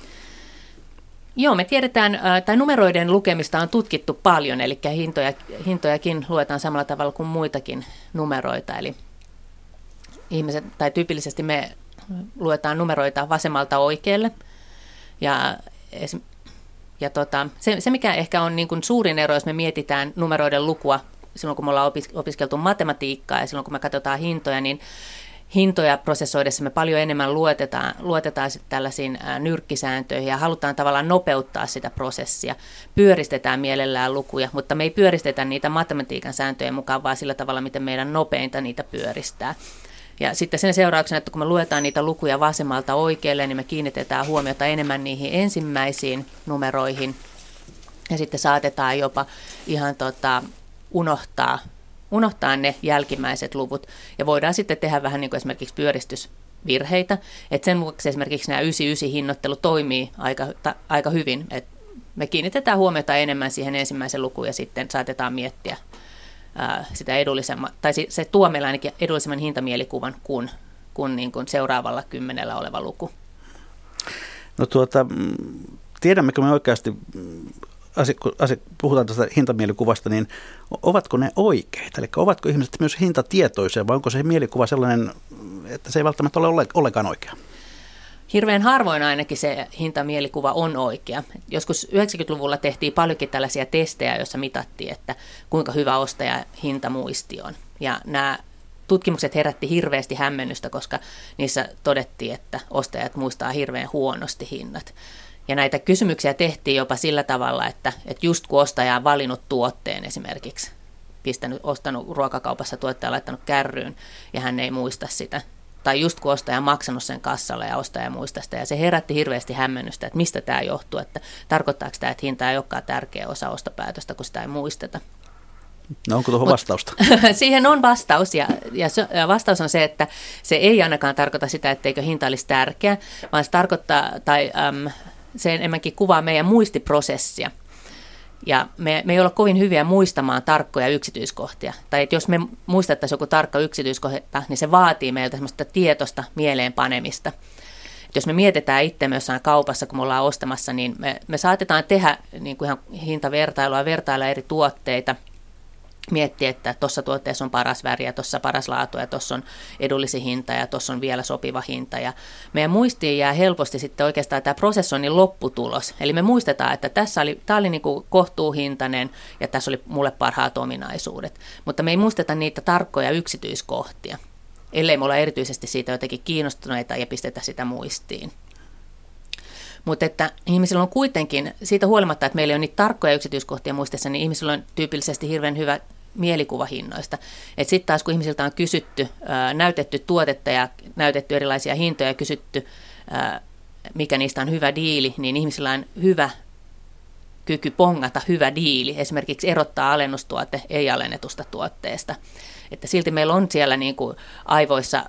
Joo, me tiedetään, tai numeroiden lukemista on tutkittu paljon, eli hintoja, hintojakin luetaan samalla tavalla kuin muitakin numeroita. Eli ihmiset, tai tyypillisesti me luetaan numeroita vasemmalta oikealle. Ja, ja tota, se, se, mikä ehkä on niin kuin suurin ero, jos me mietitään numeroiden lukua, silloin kun me ollaan opiskeltu matematiikkaa ja silloin kun me katsotaan hintoja, niin hintoja prosessoidessa me paljon enemmän luotetaan, luotetaan tällaisiin nyrkkisääntöihin ja halutaan tavallaan nopeuttaa sitä prosessia. Pyöristetään mielellään lukuja, mutta me ei pyöristetä niitä matematiikan sääntöjen mukaan, vaan sillä tavalla, miten meidän nopeinta niitä pyöristää. Ja sitten sen seurauksena, että kun me luetaan niitä lukuja vasemmalta oikealle, niin me kiinnitetään huomiota enemmän niihin ensimmäisiin numeroihin. Ja sitten saatetaan jopa ihan tota, unohtaa, unohtaa ne jälkimmäiset luvut. Ja voidaan sitten tehdä vähän niin kuin esimerkiksi pyöristysvirheitä. Et sen vuoksi esimerkiksi nämä yhdeksänkymmentäyhdeksän-hinnoittelu toimii aika, ta, aika hyvin. Et me kiinnitetään huomiota enemmän siihen ensimmäisen lukuun ja sitten saatetaan miettiä ää, sitä edullisemman, tai se tuo meillä ainakin edullisemman hintamielikuvan kuin, kuin, niin kuin seuraavalla kymmenellä oleva luku. No tuota, tiedämmekö me oikeasti, kun puhutaan tästä hintamielikuvasta, niin ovatko ne oikeita? Eli ovatko ihmiset myös hintatietoisia, vai onko se mielikuva sellainen, että se ei välttämättä ole ollenkaan oikea? Hirveän harvoin ainakin se hintamielikuva on oikea. Joskus yhdeksänkymmentäluvulla tehtiin paljonkin tällaisia testejä, joissa mitattiin, että kuinka hyvä ostaja hintamuisti on. Ja nämä tutkimukset herätti hirveästi hämmennystä, koska niissä todettiin, että ostajat muistaa hirveän huonosti hinnat. Ja näitä kysymyksiä tehtiin jopa sillä tavalla, että, että just kun ostaja on valinnut tuotteen esimerkiksi, pistänyt, ostanut ruokakaupassa tuotteen ja laittanut kärryyn, ja hän ei muista sitä. Tai just kun ostaja on maksanut sen kassalla ja ostaja muista sitä. Ja se herätti hirveästi hämmennystä, että mistä tämä johtuu, että tarkoittaako tämä, että hinta ei olekaan tärkeä osa ostopäätöstä, kun sitä ei muisteta. No onko tuohon vastausta? Siihen on vastaus, ja, ja, se, ja vastaus on se, että se ei ainakaan tarkoita sitä, etteikö hinta olisi tärkeä, vaan se tarkoittaa, tai äm, se enemmänkin kuvaa meidän muistiprosessia. Ja me, me ei olla kovin hyviä muistamaan tarkkoja yksityiskohtia. Tai että jos me muistettaisiin joku tarkka yksityiskohta, niin se vaatii meiltä semmoista tietoista mieleenpanemista. Et jos me mietitään itsemme jossain kaupassa, kun me ollaan ostamassa, niin me, me saatetaan tehdä niin kuin ihan hintavertailua, vertailla eri tuotteita, miettiä, että tuossa tuotteessa on paras väri ja tuossa paras laatu ja tuossa on edullisin hinta ja tuossa on vielä sopiva hinta. Ja meidän muistiin jää helposti sitten oikeastaan tämä prosessoinnin lopputulos. Eli me muistetaan, että tässä oli, tämä oli niin kuin kohtuuhintainen ja tässä oli mulle parhaat ominaisuudet. Mutta me ei muisteta niitä tarkkoja yksityiskohtia, ellei me olla erityisesti siitä jotenkin kiinnostuneita ja pistetä sitä muistiin. Mutta että ihmisillä on kuitenkin, siitä huolimatta, että meillä on niitä tarkkoja yksityiskohtia muistessa, niin ihmisillä on tyypillisesti hirveän hyvä mielikuva hinnoista. Että sitten taas kun ihmisiltä on kysytty, ää, näytetty tuotetta ja näytetty erilaisia hintoja ja kysytty, ää, mikä niistä on hyvä diili, niin ihmisillä on hyvä kyky pongata hyvä diili, esimerkiksi erottaa alennustuote ei-alennetusta tuotteesta. Että silti meillä on siellä niin kuin aivoissa,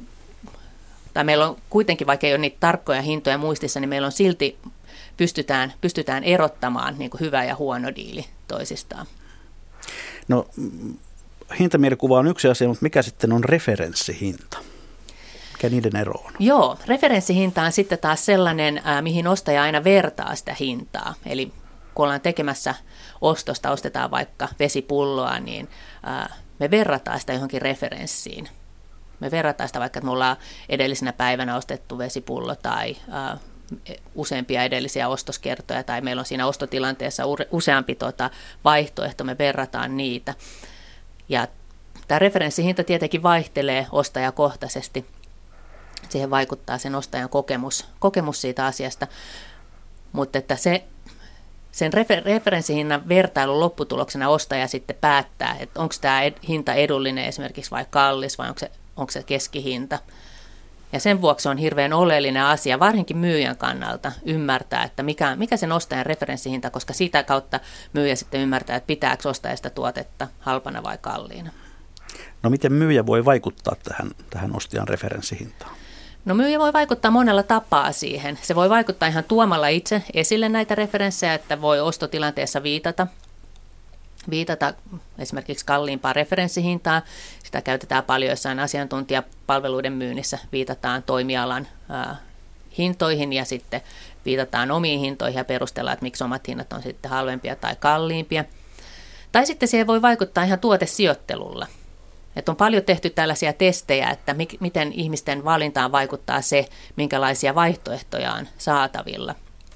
tai meillä on kuitenkin, vaikka ei ole niitä tarkkoja hintoja muistissa, niin meillä on silti, pystytään, pystytään erottamaan niin kuin hyvä ja huono diili toisistaan. No hintamielikuva on yksi asia, mutta mikä sitten on referenssihinta? Mikä niiden ero on? Joo, referenssihinta on sitten taas sellainen, äh, mihin ostaja aina vertaa sitä hintaa. Eli kun ollaan tekemässä ostosta, ostetaan vaikka vesipulloa, niin äh, me verrataan sitä johonkin referenssiin. Me verrataan sitä vaikka, että me ollaan edellisenä päivänä ostettu vesipullo tai äh, useampia edellisiä ostoskertoja tai meillä on siinä ostotilanteessa useampi tota, vaihtoehto, me verrataan niitä. Ja tämä referenssihinta tietenkin vaihtelee ostajakohtaisesti. Siihen vaikuttaa sen ostajan kokemus, kokemus siitä asiasta, mutta että se, sen refer, referenssihinnan vertailun lopputuloksena ostaja sitten päättää, että onko tämä ed, hinta edullinen esimerkiksi vai kallis vai onko se, onko se keskihinta. Ja sen vuoksi on hirveän oleellinen asia, varsinkin myyjän kannalta, ymmärtää, että mikä, mikä sen ostajan referenssihinta, koska sitä kautta myyjä sitten ymmärtää, että pitääkö ostaja sitä tuotetta halpana vai kalliina. No miten myyjä voi vaikuttaa tähän, tähän ostajan referenssihintaan? No myyjä voi vaikuttaa monella tapaa siihen. Se voi vaikuttaa ihan tuomalla itse esille näitä referenssejä, että voi ostotilanteessa viitata. Viitata esimerkiksi kalliimpaan referenssihintaan. Sitä käytetään paljon jossain asiantuntijapalveluiden myynnissä. Viitataan toimialan ää, hintoihin ja sitten viitataan omiin hintoihin ja perustellaan, että miksi omat hinnat on sitten halvempia tai kalliimpia. Tai sitten siihen voi vaikuttaa ihan tuotesijoittelulla. Että on paljon tehty tällaisia testejä, että mi- miten ihmisten valintaan vaikuttaa se, minkälaisia vaihtoehtoja on saatavilla.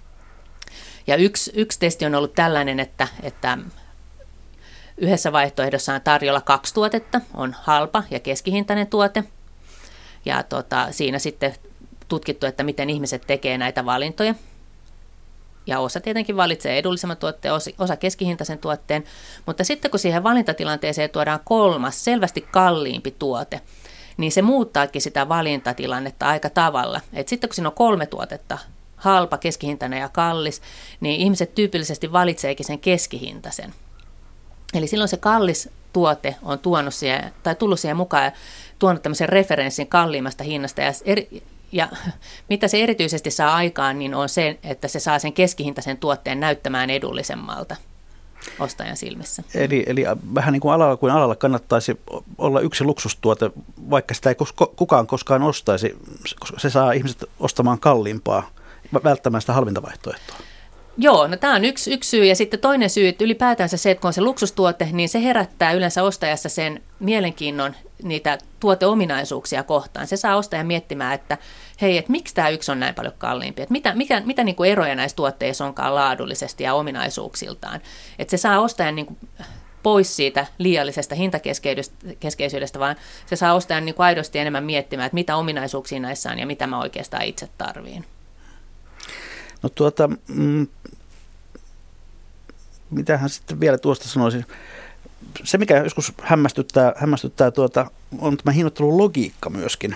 Ja yksi, yksi testi on ollut tällainen, että, että yhdessä vaihtoehdossa on tarjolla kaksi tuotetta, on halpa ja keskihintainen tuote. Ja tota, siinä sitten tutkittu, että miten ihmiset tekee näitä valintoja. Ja osa tietenkin valitsee edullisemman tuotteen, osa keskihintaisen tuotteen. Mutta sitten kun siihen valintatilanteeseen tuodaan kolmas, selvästi kalliimpi tuote, niin se muuttaakin sitä valintatilannetta aika tavalla. Et sitten kun siinä on kolme tuotetta, halpa, keskihintainen ja kallis, niin ihmiset tyypillisesti valitseekin sen keskihintaisen. Eli silloin se kallis tuote on tuonut siihen, tai tullut siihen mukaan ja tuonut tämmöisen referenssin kalliimmasta hinnasta. Ja, eri, ja mitä se erityisesti saa aikaan, niin on se, että se saa sen keskihintaisen tuotteen näyttämään edullisemmalta ostajan silmissä. Eli, eli vähän niin kuin alalla kuin alalla kannattaisi olla yksi luksustuote, vaikka sitä ei kukaan koskaan ostaisi, koska se saa ihmiset ostamaan kalliimpaa, välttämään sitä halvinta vaihtoehtoa. Joo, no tämä on yksi, yksi syy ja sitten toinen syy, että ylipäätänsä se, että kun on se luksustuote, niin se herättää yleensä ostajassa sen mielenkiinnon niitä tuoteominaisuuksia kohtaan. Se saa ostajan miettimään, että hei, että miksi tämä yksi on näin paljon kalliimpi, että mitä, mikä, mitä niin kuin eroja näissä tuotteissa onkaan laadullisesti ja ominaisuuksiltaan. Että se saa ostajan niin kuin pois siitä liiallisesta hintakeskeisyydestä, vaan se saa ostajan niin kuin aidosti enemmän miettimään, että mitä ominaisuuksia näissä on ja mitä mä oikeastaan itse tarviin. No tuota, mm, mitähän sitten vielä tuosta sanoisin. Se, mikä joskus hämmästyttää, hämmästyttää tuota, on tämä hinnoittelun logiikka myöskin.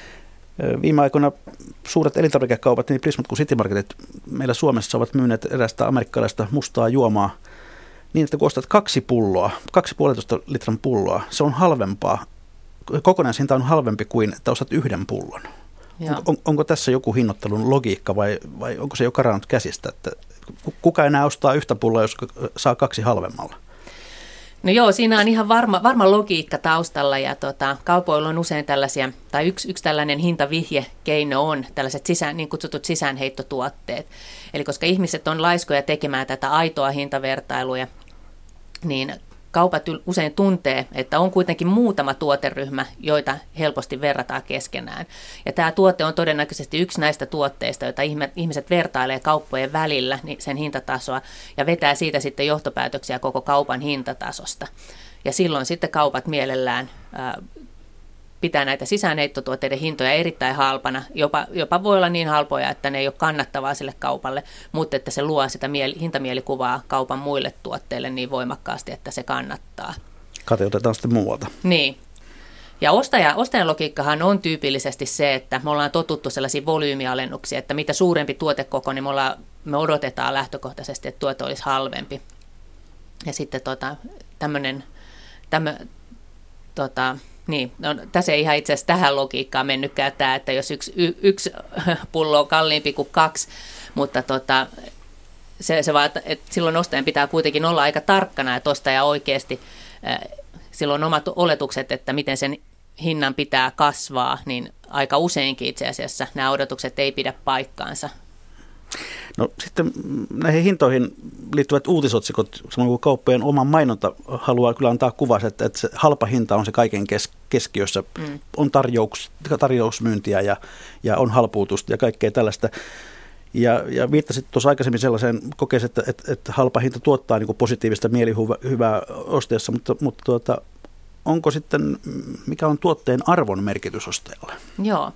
Viime aikoina suuret elintarvikekaupat, niin Prismat kuin City Marketit meillä Suomessa ovat myyneet erästä amerikkalaista mustaa juomaa niin, että kun ostat kaksi pulloa, kaksi puolitoista litran pulloa, se on halvempaa. Kokonaishinta on halvempi kuin, että ostat yhden pullon. On, on, onko tässä joku hinnoittelun logiikka vai, vai onko se jo karannut käsistä, että kuka enää ostaa yhtä pulloa, jos saa kaksi halvemmalla? No joo, siinä on ihan varma, varma logiikka taustalla ja tota, kaupoilla on usein tällaisia, tai yksi, yksi tällainen hintavihjekeino on tällaiset sisään, niin kutsutut sisäänheittotuotteet. Eli koska ihmiset on laiskoja tekemään tätä aitoa hintavertailuja, niin kaupat usein tuntee, että on kuitenkin muutama tuoteryhmä, joita helposti verrataan keskenään. Ja tämä tuote on todennäköisesti yksi näistä tuotteista, joita ihmiset vertailee kauppojen välillä niin sen hintatasoa ja vetää siitä sitten johtopäätöksiä koko kaupan hintatasosta. Ja silloin sitten kaupat mielellään ää, pitää näitä sisäänheittotuotteiden hintoja erittäin halpana. Jopa, jopa voi olla niin halpoja, että ne ei ole kannattavaa sille kaupalle, mutta että se luo sitä mieli, hintamielikuvaa kaupan muille tuotteille niin voimakkaasti, että se kannattaa. Kateutetaan sitten muualta. Niin. Ja ostaja, ostajan logiikkahan on tyypillisesti se, että me ollaan totuttu sellaisiin volyymialennuksia, että mitä suurempi tuotekoko, niin me, ollaan, me odotetaan lähtökohtaisesti, että tuote olisi halvempi. Ja sitten tota, tämmöinen... Tämmö, tota, Niin, no, tässä ei ihan itse asiassa tähän logiikkaan mennytkään tämä, että jos yksi, y, yksi pullo on kalliimpi kuin kaksi, mutta tota, se, se vaan, että silloin ostajan pitää kuitenkin olla aika tarkkana, että ostaja oikeasti, äh, silloin on omat oletukset, että miten sen hinnan pitää kasvaa, niin aika useinkin itse asiassa nämä odotukset ei pidä paikkaansa. No sitten näihin hintoihin liittyvät uutisotsikot, samoin kuin kauppojen oma mainonta haluaa kyllä antaa kuvaa, että, että se halpa hinta on se kaiken kes, keskiössä. Mm. On tarjous, tarjousmyyntiä ja, ja on halpuutusta ja kaikkea tällaista. Ja, ja viittasit tuossa aikaisemmin sellaiseen kokeeseen, että, että, että halpa hinta tuottaa niin kuin positiivista mielihyvää ostaessa, mutta, mutta tuota, onko sitten, mikä on tuotteen arvon merkitys ostajalle? Joo.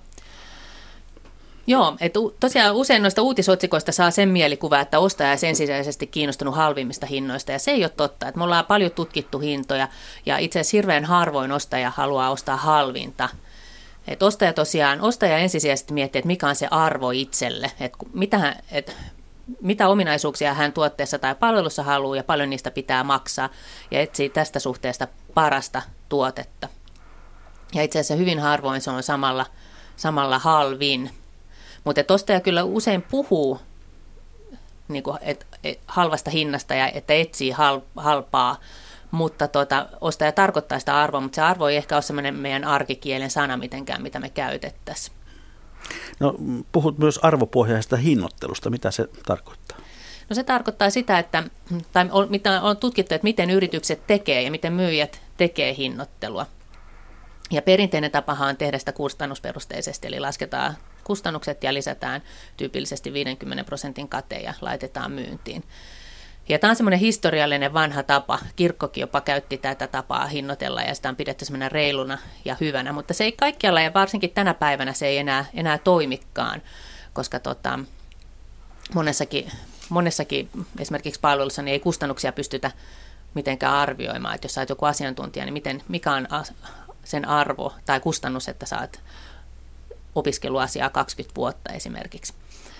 Joo, että tosiaan usein noista uutisotsikoista saa sen mielikuva, että ostaja on ensisijaisesti kiinnostunut halvimmista hinnoista, ja se ei ole totta. Että me ollaan paljon tutkittu hintoja, ja itse asiassa hirveän harvoin ostaja haluaa ostaa halvinta. Että ostaja tosiaan, ostaja ensisijaisesti miettii, että mikä on se arvo itselle, että mitä, että mitä ominaisuuksia hän tuotteessa tai palvelussa haluaa, ja paljon niistä pitää maksaa, ja etsii tästä suhteesta parasta tuotetta. Ja itse asiassa hyvin harvoin se on samalla, samalla halvin. Mutta ostaja kyllä usein puhuu niin kuin, et, et, halvasta hinnasta ja että etsii hal, halpaa, mutta tota, ostaja tarkoittaa sitä arvoa, mutta se arvo ei ehkä ole sellainen meidän arkikielen sana mitenkään, mitä me käytettäisiin. No, puhut myös arvopohjaisesta hinnoittelusta. Mitä se tarkoittaa? No se tarkoittaa sitä, että tai on, mitä on tutkittu, että miten yritykset tekee ja miten myyjät tekee hinnoittelua. Ja perinteinen tapahan on tehdä sitä kustannusperusteisesti, eli lasketaan kustannukset ja lisätään tyypillisesti viidenkymmenen prosentin kate ja laitetaan myyntiin. Ja tämä on semmoinen historiallinen vanha tapa. Kirkkokin jopa käytti tätä tapaa hinnoitella ja sitä on pidetty semmoinen reiluna ja hyvänä, mutta se ei kaikkialla ja varsinkin tänä päivänä se ei enää, enää toimikaan, koska tota, monessakin, monessakin esimerkiksi palvelussa niin ei kustannuksia pystytä mitenkään arvioimaan, että jos sä oot joku asiantuntija, niin miten, mikä on sen arvo tai kustannus, että saat opiskeluasiaa kaksikymmentä vuotta esimerkiksi.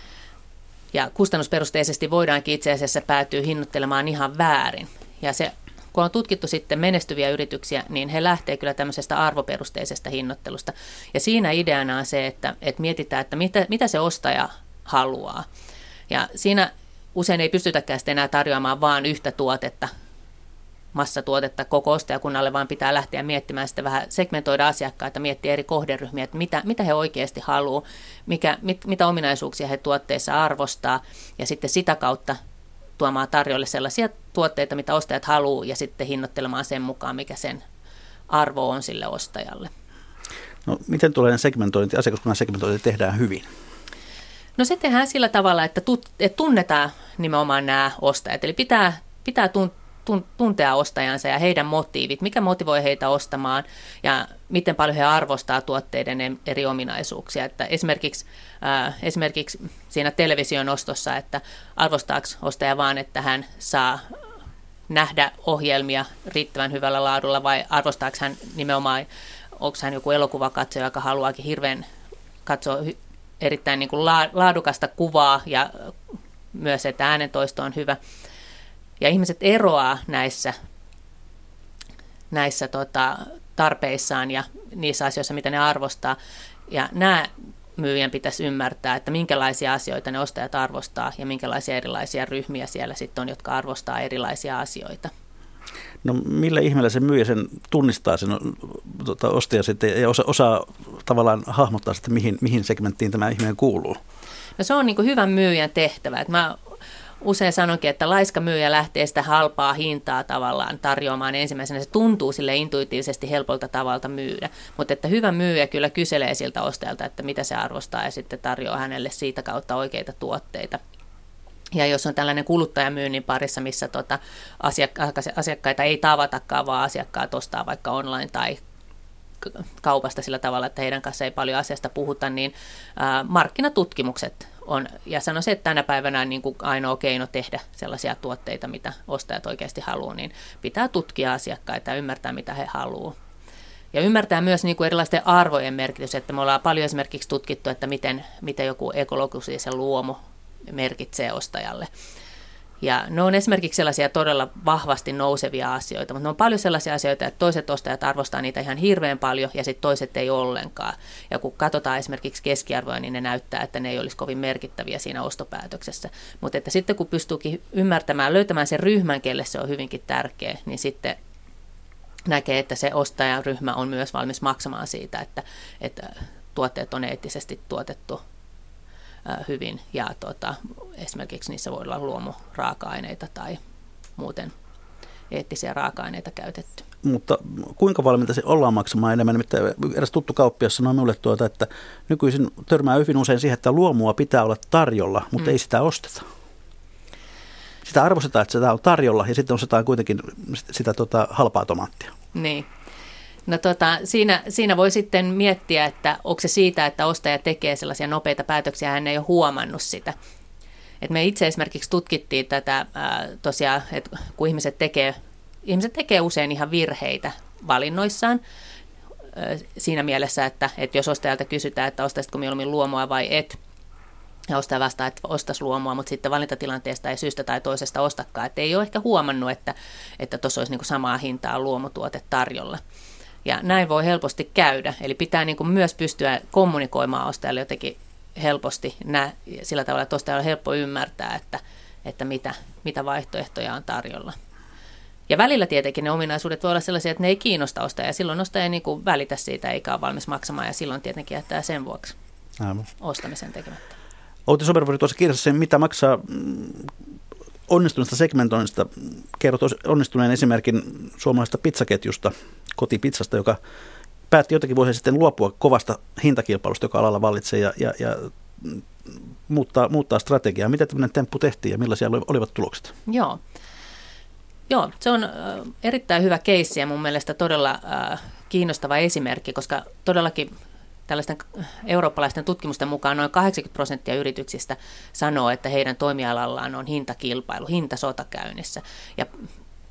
Ja kustannusperusteisesti voidaankin itse asiassa päätyä hinnoittelemaan ihan väärin. Ja se, kun on tutkittu sitten menestyviä yrityksiä, niin he lähtee kyllä tämmöisestä arvoperusteisesta hinnoittelusta. Ja siinä ideana on se, että, että mietitään, että mitä, mitä se ostaja haluaa. Ja siinä usein ei pystytäkään sitten enää tarjoamaan vain yhtä tuotetta, massatuotetta koko ostajakunnalle, vaan pitää lähteä miettimään sitten vähän, segmentoida asiakkaita, miettiä eri kohderyhmiä, että mitä, mitä he oikeasti haluaa, mikä, mit, mitä ominaisuuksia he tuotteissa arvostaa, ja sitten sitä kautta tuomaan tarjolle sellaisia tuotteita, mitä ostajat haluaa, ja sitten hinnoittelemaan sen mukaan, mikä sen arvo on sille ostajalle. No, miten tulee segmentointi, asiakaskunnan segmentointi tehdään hyvin? No se tehdään sillä tavalla, että, tut, että tunnetaan nimenomaan nämä ostajat, eli pitää, pitää tuntea, tuntea ostajansa ja heidän motiivit, mikä motivoi heitä ostamaan ja miten paljon he arvostaa tuotteiden eri ominaisuuksia. Että esimerkiksi, äh, esimerkiksi siinä television ostossa, että arvostaako ostaja vaan, että hän saa nähdä ohjelmia riittävän hyvällä laadulla vai arvostaako hän nimenomaan, onko hän joku elokuvakatsoja, joka haluaakin hirveän katsoa erittäin niin kuin laadukasta kuvaa ja myös, että äänentoisto on hyvä. Ja ihmiset eroaa näissä, näissä tota, tarpeissaan ja niissä asioissa, mitä ne arvostaa. Ja nämä myyjän pitäisi ymmärtää, että minkälaisia asioita ne ostajat arvostaa ja minkälaisia erilaisia ryhmiä siellä sitten on, jotka arvostaa erilaisia asioita. No millä ihmeellä se myyjä sen tunnistaa sen tota, ostaja sitten ja osa, osaa tavallaan hahmottaa sitä, mihin, mihin segmenttiin tämä ihminen kuuluu? No se on niin kuin hyvän myyjän tehtävä. Että mä usein sanonkin, että laiska myyjä lähtee sitä halpaa hintaa tavallaan tarjoamaan ensimmäisenä. Se tuntuu sille intuitiivisesti helpolta tavalta myydä, mutta että hyvä myyjä kyllä kyselee siltä ostajalta, että mitä se arvostaa ja sitten tarjoaa hänelle siitä kautta oikeita tuotteita. Ja jos on tällainen kuluttajamyynnin parissa, missä tota asiakka- asiakkaita ei tavatakaan, vaan asiakkaat ostaa vaikka online tai kaupasta sillä tavalla, että heidän kanssa ei paljon asiasta puhuta, niin ää, markkinatutkimukset on, ja sanoisin, että tänä päivänä niin kuin ainoa keino tehdä sellaisia tuotteita, mitä ostajat oikeasti haluaa, niin pitää tutkia asiakkaita ja ymmärtää, mitä he haluaa. Ja ymmärtää myös niin kuin erilaisten arvojen merkitys, että me ollaan paljon esimerkiksi tutkittu, että miten, miten joku ekologisuus luomu merkitsee ostajalle. Ja ne on esimerkiksi sellaisia todella vahvasti nousevia asioita, mutta ne on paljon sellaisia asioita, että toiset ostajat arvostaa niitä ihan hirveän paljon ja sitten toiset ei ollenkaan. Ja kun katsotaan esimerkiksi keskiarvoja, niin ne näyttää, että ne ei olisi kovin merkittäviä siinä ostopäätöksessä. Mutta että sitten kun pystyykin ymmärtämään, löytämään sen ryhmän, kelle se on hyvinkin tärkeä, niin sitten näkee, että se ostajaryhmä on myös valmis maksamaan siitä, että, että tuotteet on eettisesti tuotettu hyvin ja tota, esimerkiksi niissä voi olla luomuraaka-aineita tai muuten eettisiä raaka-aineita käytetty. Mutta kuinka valmiita se ollaan maksamaan enemmän? Nimittäin eräs tuttu kauppias sanoi minulle tuota, että nykyisin törmää hyvin usein siihen, että luomua pitää olla tarjolla, mutta mm. ei sitä osteta. Sitä arvostetaan, että sitä on tarjolla ja sitten ostetaan kuitenkin sitä, sitä tota, halpaa tomaattia. Niin. No tota, siinä, siinä voi sitten miettiä, että onko se siitä, että ostaja tekee sellaisia nopeita päätöksiä, hän ei ole huomannut sitä. Et me itse esimerkiksi tutkittiin tätä ää, tosiaan, että kun ihmiset tekee, ihmiset tekee usein ihan virheitä valinnoissaan ää, siinä mielessä, että, että jos ostajalta kysytään, että ostaisitko mieluummin luomua vai et, ja ostaja vastaa, että ostaisi luomua, mutta sitten valintatilanteesta ei syystä tai toisesta ostakaan, että ei ole ehkä huomannut, että että tuossa olisi niin kuin samaa hintaa luomutuote tarjolla. Ja näin voi helposti käydä, eli pitää niin kuin myös pystyä kommunikoimaan ostajalle jotenkin helposti nä, sillä tavalla, että ostajalla on helppo ymmärtää, että, että mitä, mitä vaihtoehtoja on tarjolla. Ja välillä tietenkin ne ominaisuudet voi olla sellaisia, että ne ei kiinnosta ostajaa, ja silloin ostaja ei niin kuin välitä siitä eikä ole valmis maksamaan, ja silloin tietenkin jättää sen vuoksi Aivan. ostamisen tekemättä. Outi Somervuori tuossa kirjassa sen, mitä maksaa onnistuneesta segmentoinnista. Kerrot onnistuneen esimerkin suomalaisesta pizzaketjusta, Kotipizzasta, joka päätti jotakin vuosia sitten luopua kovasta hintakilpailusta, joka alalla vallitsee, ja, ja, ja muuttaa, muuttaa strategiaa. Miten tämmöinen temppu tehtiin ja millaisia olivat tulokset? Joo. Joo, se on erittäin hyvä keissi ja mun mielestä todella äh, kiinnostava esimerkki, koska todellakin tällaisten eurooppalaisten tutkimusten mukaan noin kahdeksankymmentä prosenttia yrityksistä sanoo, että heidän toimialallaan on hintakilpailu, hintasota käynnissä. Ja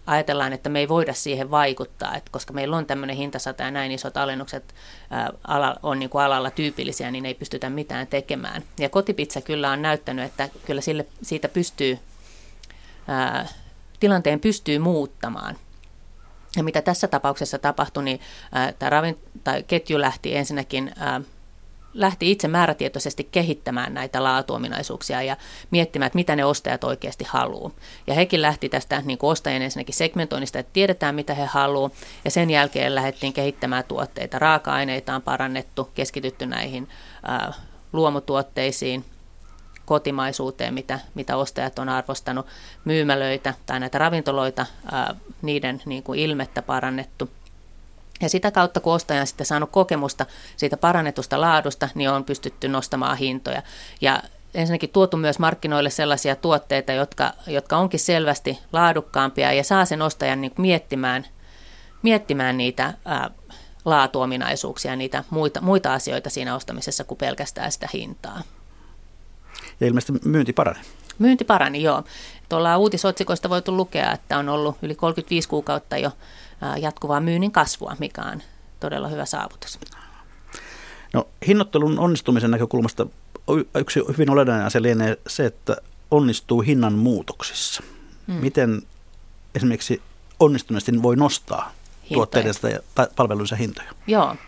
ajatellaan, että me ei voida siihen vaikuttaa, että koska meillä on tämmöinen hintasata ja näin isot alennukset ää, ala, on niin kuin alalla tyypillisiä, niin ei pystytä mitään tekemään. Ja kotipizza kyllä on näyttänyt, että kyllä sille, siitä pystyy, ää, tilanteen pystyy muuttamaan. Ja mitä tässä tapauksessa tapahtui, niin ää, tämä ravin, tai ketju lähti ensinnäkin ää, lähti itse määrätietoisesti kehittämään näitä laatuominaisuuksia ja miettimään, että mitä ne ostajat oikeasti haluaa. Ja hekin lähti tästä niin kuin ostajien ensinnäkin segmentoinnista, että tiedetään, mitä he haluaa, ja sen jälkeen lähdettiin kehittämään tuotteita. Raaka-aineita on parannettu, keskitytty näihin ää, luomutuotteisiin, kotimaisuuteen, mitä, mitä ostajat on arvostanut, myymälöitä tai näitä ravintoloita, ää, niiden niin kuin ilmettä parannettu. Ja sitä kautta, kun ostaja on sitten saanut kokemusta siitä parannetusta laadusta, niin on pystytty nostamaan hintoja. Ja ensinnäkin tuotu myös markkinoille sellaisia tuotteita, jotka, jotka onkin selvästi laadukkaampia ja saa sen ostajan niin miettimään, miettimään niitä ää, laatuominaisuuksia, niitä muita, muita asioita siinä ostamisessa kuin pelkästään sitä hintaa. Ja ilmeisesti myynti parani. Myynti parani, joo. Tuolla uutisotsikoista voitu lukea, että on ollut yli kolmekymmentäviisi kuukautta jo jatkuvaa myynnin kasvua, mikä on todella hyvä saavutus. No, hinnoittelun onnistumisen näkökulmasta yksi hyvin olennainen asia lienee se, että onnistuu hinnan muutoksissa. Hmm. Miten esimerkiksi onnistuneesti voi nostaa hintoja, tuotteidensa ja palvelujensa hintoja? Joo.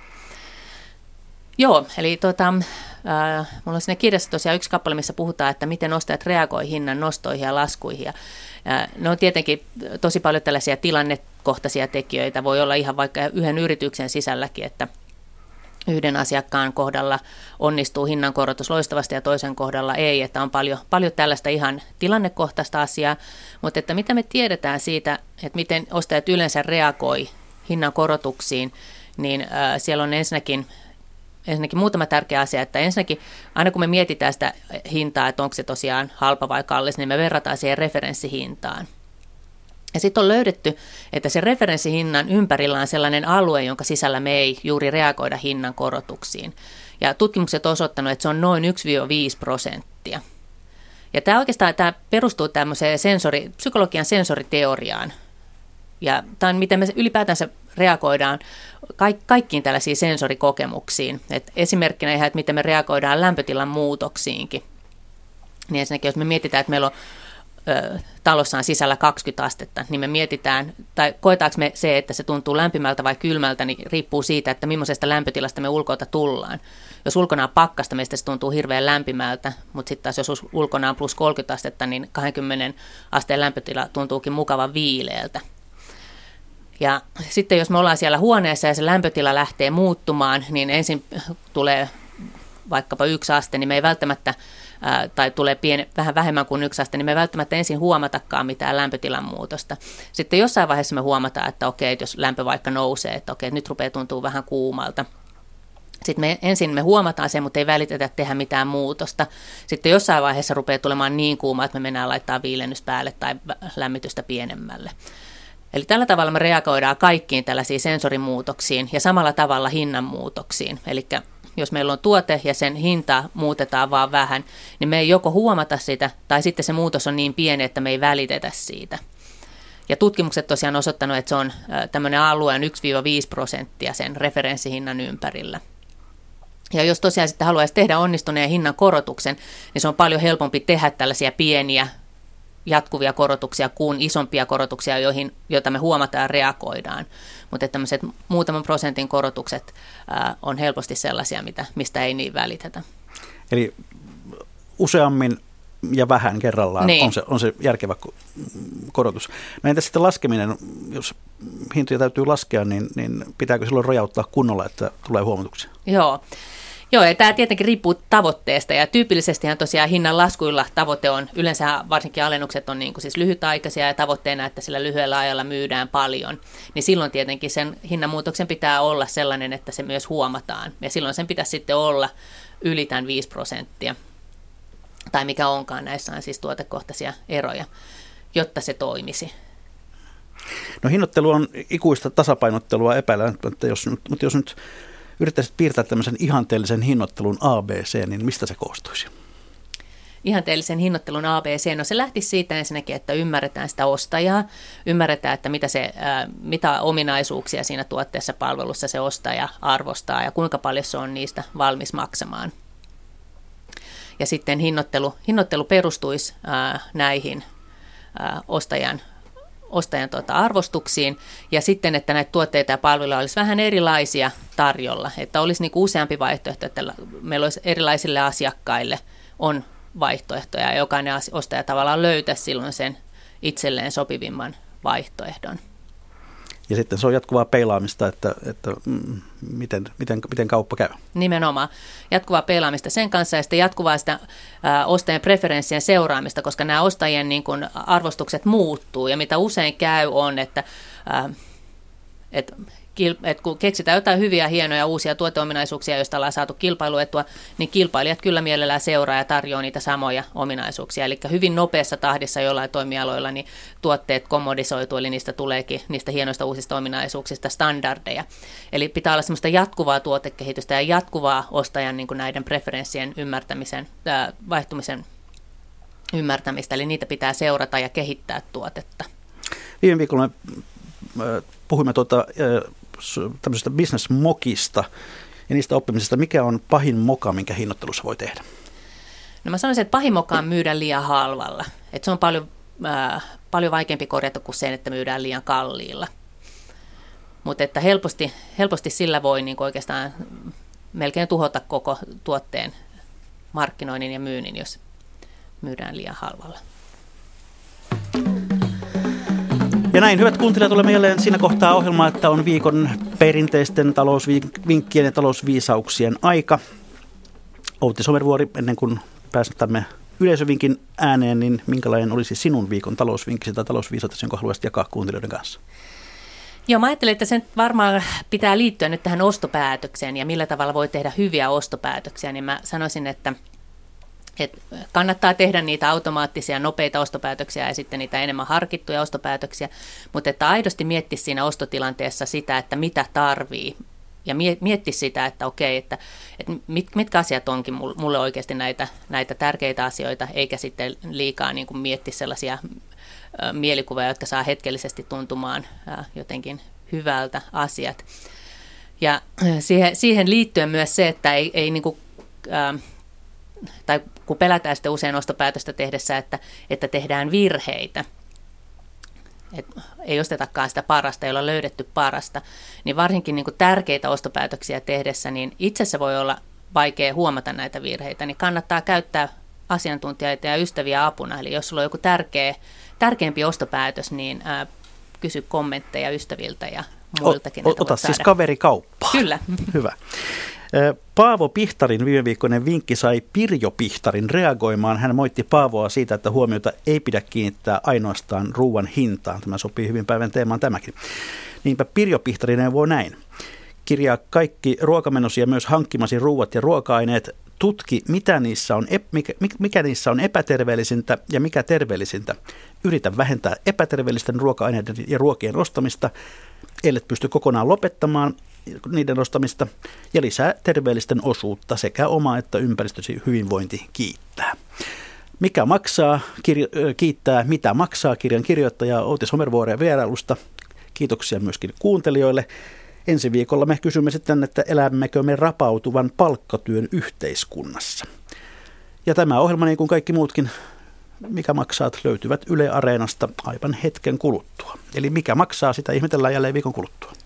Joo, eli tuota, äh, mulla on siinä kirjassa tosiaan yksi kappale, missä puhutaan, että miten ostajat reagoi hinnan nostoihin ja laskuihin. Ja, äh, ne on tietenkin tosi paljon tällaisia tilannekohtaisia tekijöitä. Voi olla ihan vaikka yhden yrityksen sisälläkin, että yhden asiakkaan kohdalla onnistuu hinnankorotus loistavasti ja toisen kohdalla ei. Että on paljon, paljon tällaista ihan tilannekohtaista asiaa, mutta että mitä me tiedetään siitä, että miten ostajat yleensä reagoi hinnankorotuksiin, niin äh, siellä on ensinnäkin Ensinnäkin muutama tärkeä asia, että ensinnäkin aina kun me mietitään sitä hintaa, että onko se tosiaan halpa vai kallis, niin me verrataan siihen referenssihintaan. Ja sitten on löydetty, että se referenssihinnan ympärillä on sellainen alue, jonka sisällä me ei juuri reagoida hinnan korotuksiin. Ja tutkimukset on osoittanut, että se on noin yksi viisi prosenttia. Ja tämä oikeastaan tämä perustuu tämmöiseen sensori, psykologian sensoriteoriaan. Ja tämä on, miten me ylipäätänsä reagoidaan kaikkiin tällaisiin sensorikokemuksiin. Et esimerkkinä ihan, että miten me reagoidaan lämpötilan muutoksiinkin. Niin ensinnäkin, jos me mietitään, että meillä on ö, talossa on sisällä kaksikymmentä astetta, niin me mietitään, tai koetaanko me se, että se tuntuu lämpimältä vai kylmältä, niin riippuu siitä, että millaisesta lämpötilasta me ulkoilta tullaan. Jos ulkona on pakkasta, meistä se tuntuu hirveän lämpimältä, mutta sitten taas jos ulkona on plus kolmekymmentä astetta, niin kaksikymmentä asteen lämpötila tuntuukin mukavan viileältä. Ja sitten jos me ollaan siellä huoneessa ja se lämpötila lähtee muuttumaan, niin ensin tulee vaikkapa yksi aste, niin me ei välttämättä, ää, tai tulee pieni, vähän vähemmän kuin yksi aste, niin me ei välttämättä ensin huomatakaan mitään lämpötilan muutosta. Sitten jossain vaiheessa me huomataan, että okei, jos lämpö vaikka nousee, että okei, nyt rupeaa tuntua vähän kuumalta. Sitten me, ensin me huomataan sen, mutta ei välitetä tehdä mitään muutosta. Sitten jossain vaiheessa rupeaa tulemaan niin kuuma, että me mennään laittaa viilennys päälle tai lämmitystä pienemmälle. Eli tällä tavalla me reagoidaan kaikkiin tällaisiin sensorimuutoksiin ja samalla tavalla hinnanmuutoksiin. Eli jos meillä on tuote ja sen hinta muutetaan vaan vähän, niin me ei joko huomata sitä tai sitten se muutos on niin pieni, että me ei välitetä siitä. Ja tutkimukset tosiaan on osoittanut, että se on tämmöinen alueen yksi viisi prosenttia sen referenssihinnan ympärillä. Ja jos tosiaan sitten haluaisi tehdä onnistuneen hinnan korotuksen, niin se on paljon helpompi tehdä tällaisia pieniä jatkuvia korotuksia kuin isompia korotuksia, joihin, joita me huomataan ja reagoidaan. Mutta tämmöiset muutaman prosentin korotukset ää, on helposti sellaisia, mitä, mistä ei niin välitetä. Eli useammin ja vähän kerrallaan niin. on, se, on se järkevä korotus. No entä sitten laskeminen, jos hintoja täytyy laskea, niin, niin pitääkö silloin rajauttaa kunnolla, että tulee huomautuksia? Joo. Joo, ja tämä tietenkin riippuu tavoitteesta, ja tyypillisestihan tosiaan hinnan laskuilla tavoite on, yleensä varsinkin alennukset on niin kuin siis lyhytaikaisia, ja tavoitteena, että sillä lyhyellä ajalla myydään paljon, niin silloin tietenkin sen hinnanmuutoksen pitää olla sellainen, että se myös huomataan, ja silloin sen pitäisi sitten olla yli tämän viisi prosenttia, tai mikä onkaan, näissä on siis tuotekohtaisia eroja, jotta se toimisi. No hinnoittelu on ikuista tasapainottelua epäillään, mutta jos, mutta jos nyt yrittäisit piirtää tämmöisen ihanteellisen hinnoittelun A B C, niin mistä se koostuisi? ihanteellisen hinnoittelun A B C? No se lähti siitä ensinnäkin, että ymmärretään sitä ostajaa, ymmärretään, että mitä, se, ää, mitä ominaisuuksia siinä tuotteessa palvelussa se ostaja arvostaa ja kuinka paljon se on niistä valmis maksamaan. Ja sitten hinnoittelu, hinnoittelu perustuisi ää, näihin ää, ostajan, ostajan tuota, arvostuksiin ja sitten, että näitä tuotteita ja palveluja olisi vähän erilaisia tarjolla, että olisi niin kuin useampi vaihtoehto, että meillä olisi erilaisille asiakkaille on vaihtoehtoja ja jokainen ostaja tavallaan löytäisi silloin sen itselleen sopivimman vaihtoehdon. Ja sitten se on jatkuvaa peilaamista, että, että mm, miten, miten, miten kauppa käy. Nimenomaan. Jatkuvaa peilaamista sen kanssa ja sitten jatkuvaa sitä ä, ostajien preferenssien seuraamista, koska nämä ostajien niin kun, arvostukset muuttuu. Ja mitä usein käy on, että ä, et, et kun keksitään jotain hyviä, hienoja uusia tuoteominaisuuksia, joista ollaan saatu kilpailuetua, niin kilpailijat kyllä mielellään seuraa ja tarjoaa niitä samoja ominaisuuksia. Eli hyvin nopeassa tahdissa jollain toimialoilla niin tuotteet kommodisoituu, eli niistä tuleekin niistä hienoista uusista ominaisuuksista standardeja. Eli pitää olla semmoista jatkuvaa tuotekehitystä ja jatkuvaa ostajan niin kuin näiden preferenssien ymmärtämisen, ää, vaihtumisen ymmärtämistä, eli niitä pitää seurata ja kehittää tuotetta. Viime viikolla me äh, puhuimme tuota, äh, tämmöisestä business-mokista ja niistä oppimisesta. Mikä on pahin moka, minkä hinnoittelussa voi tehdä? No mä sanoisin, että pahin moka on myydä liian halvalla. Että se on paljon, äh, paljon vaikeampi korjata kuin sen, että myydään liian kalliilla. Mutta että helposti, helposti sillä voi niin oikeastaan melkein tuhota koko tuotteen markkinoinnin ja myynnin, jos myydään liian halvalla. Ja näin, hyvät kuuntelijat, olemme jälleen siinä kohtaa ohjelmaa, että on viikon perinteisten talousvinkkien ja talousviisauksien aika. Outi Somervuori, ennen kuin päästämme yleisövinkin ääneen, niin minkälainen olisi sinun viikon talousvinkkisi tai talousviisautesi, jonka haluaisit jakaa kuuntelijoiden kanssa? Joo, mä ajattelin, että sen varmaan pitää liittyä nyt tähän ostopäätökseen ja millä tavalla voi tehdä hyviä ostopäätöksiä, niin mä sanoisin, että Et kannattaa tehdä niitä automaattisia, nopeita ostopäätöksiä ja sitten niitä enemmän harkittuja ostopäätöksiä, mutta että aidosti miettisi siinä ostotilanteessa sitä, että mitä tarvii ja miettisi sitä, että okei, että, että mitkä asiat onkin mulle oikeasti näitä, näitä tärkeitä asioita, eikä sitten liikaa niin kuin miettisi sellaisia ä, mielikuvia, jotka saa hetkellisesti tuntumaan ä, jotenkin hyvältä asiat. Ja siihen, siihen liittyen myös se, että ei, ei niin kuin, ä, tai kun pelätään sitten usein ostopäätöstä tehdessä, että, että tehdään virheitä, että ei ostetakaan sitä parasta, ei olla löydetty parasta, niin varsinkin niin kuin tärkeitä ostopäätöksiä tehdessä, niin itsessä voi olla vaikea huomata näitä virheitä, niin kannattaa käyttää asiantuntijoita ja ystäviä apuna. Eli jos sulla on joku tärkeä, tärkeämpi ostopäätös, niin ää, kysy kommentteja ystäviltä ja muiltakin. O, ota siis kaverikauppaa. Kyllä. Hyvä. Paavo Pihtarin viime viikkoinen vinkki sai Pirjo Pihtarin reagoimaan. Hän moitti Paavoa siitä, että huomiota ei pidä kiinnittää ainoastaan ruuan hintaan. Tämä sopii hyvin päivän teemaan tämäkin. Niinpä Pirjo Pihtari neuvoo näin. Kirjaa kaikki ruokamenosi ja myös hankkimasi ruuat ja ruoka-aineet. Tutki, mitä niissä on, mikä, mikä niissä on epäterveellisintä ja mikä terveellisintä. Yritä vähentää epäterveellisten ruoka-aineiden ja ruokien ostamista, ellet pysty kokonaan lopettamaan niiden ostamista, ja lisää terveellisten osuutta. Sekä oma että ympäristösi hyvinvointi kiittää. Mikä maksaa, kirjo- kiittää, mitä maksaa, kirjan kirjoittaja Outi Somervuoren vierailusta. Kiitoksia myöskin kuuntelijoille. Ensi viikolla me kysymme sitten, että elämmekö me rapautuvan palkkatyön yhteiskunnassa. Ja tämä ohjelma, niin kuin kaikki muutkin Mikä maksaa, löytyvät Yle Areenasta aivan hetken kuluttua. Eli mikä maksaa, sitä ihmetellään jälleen viikon kuluttua.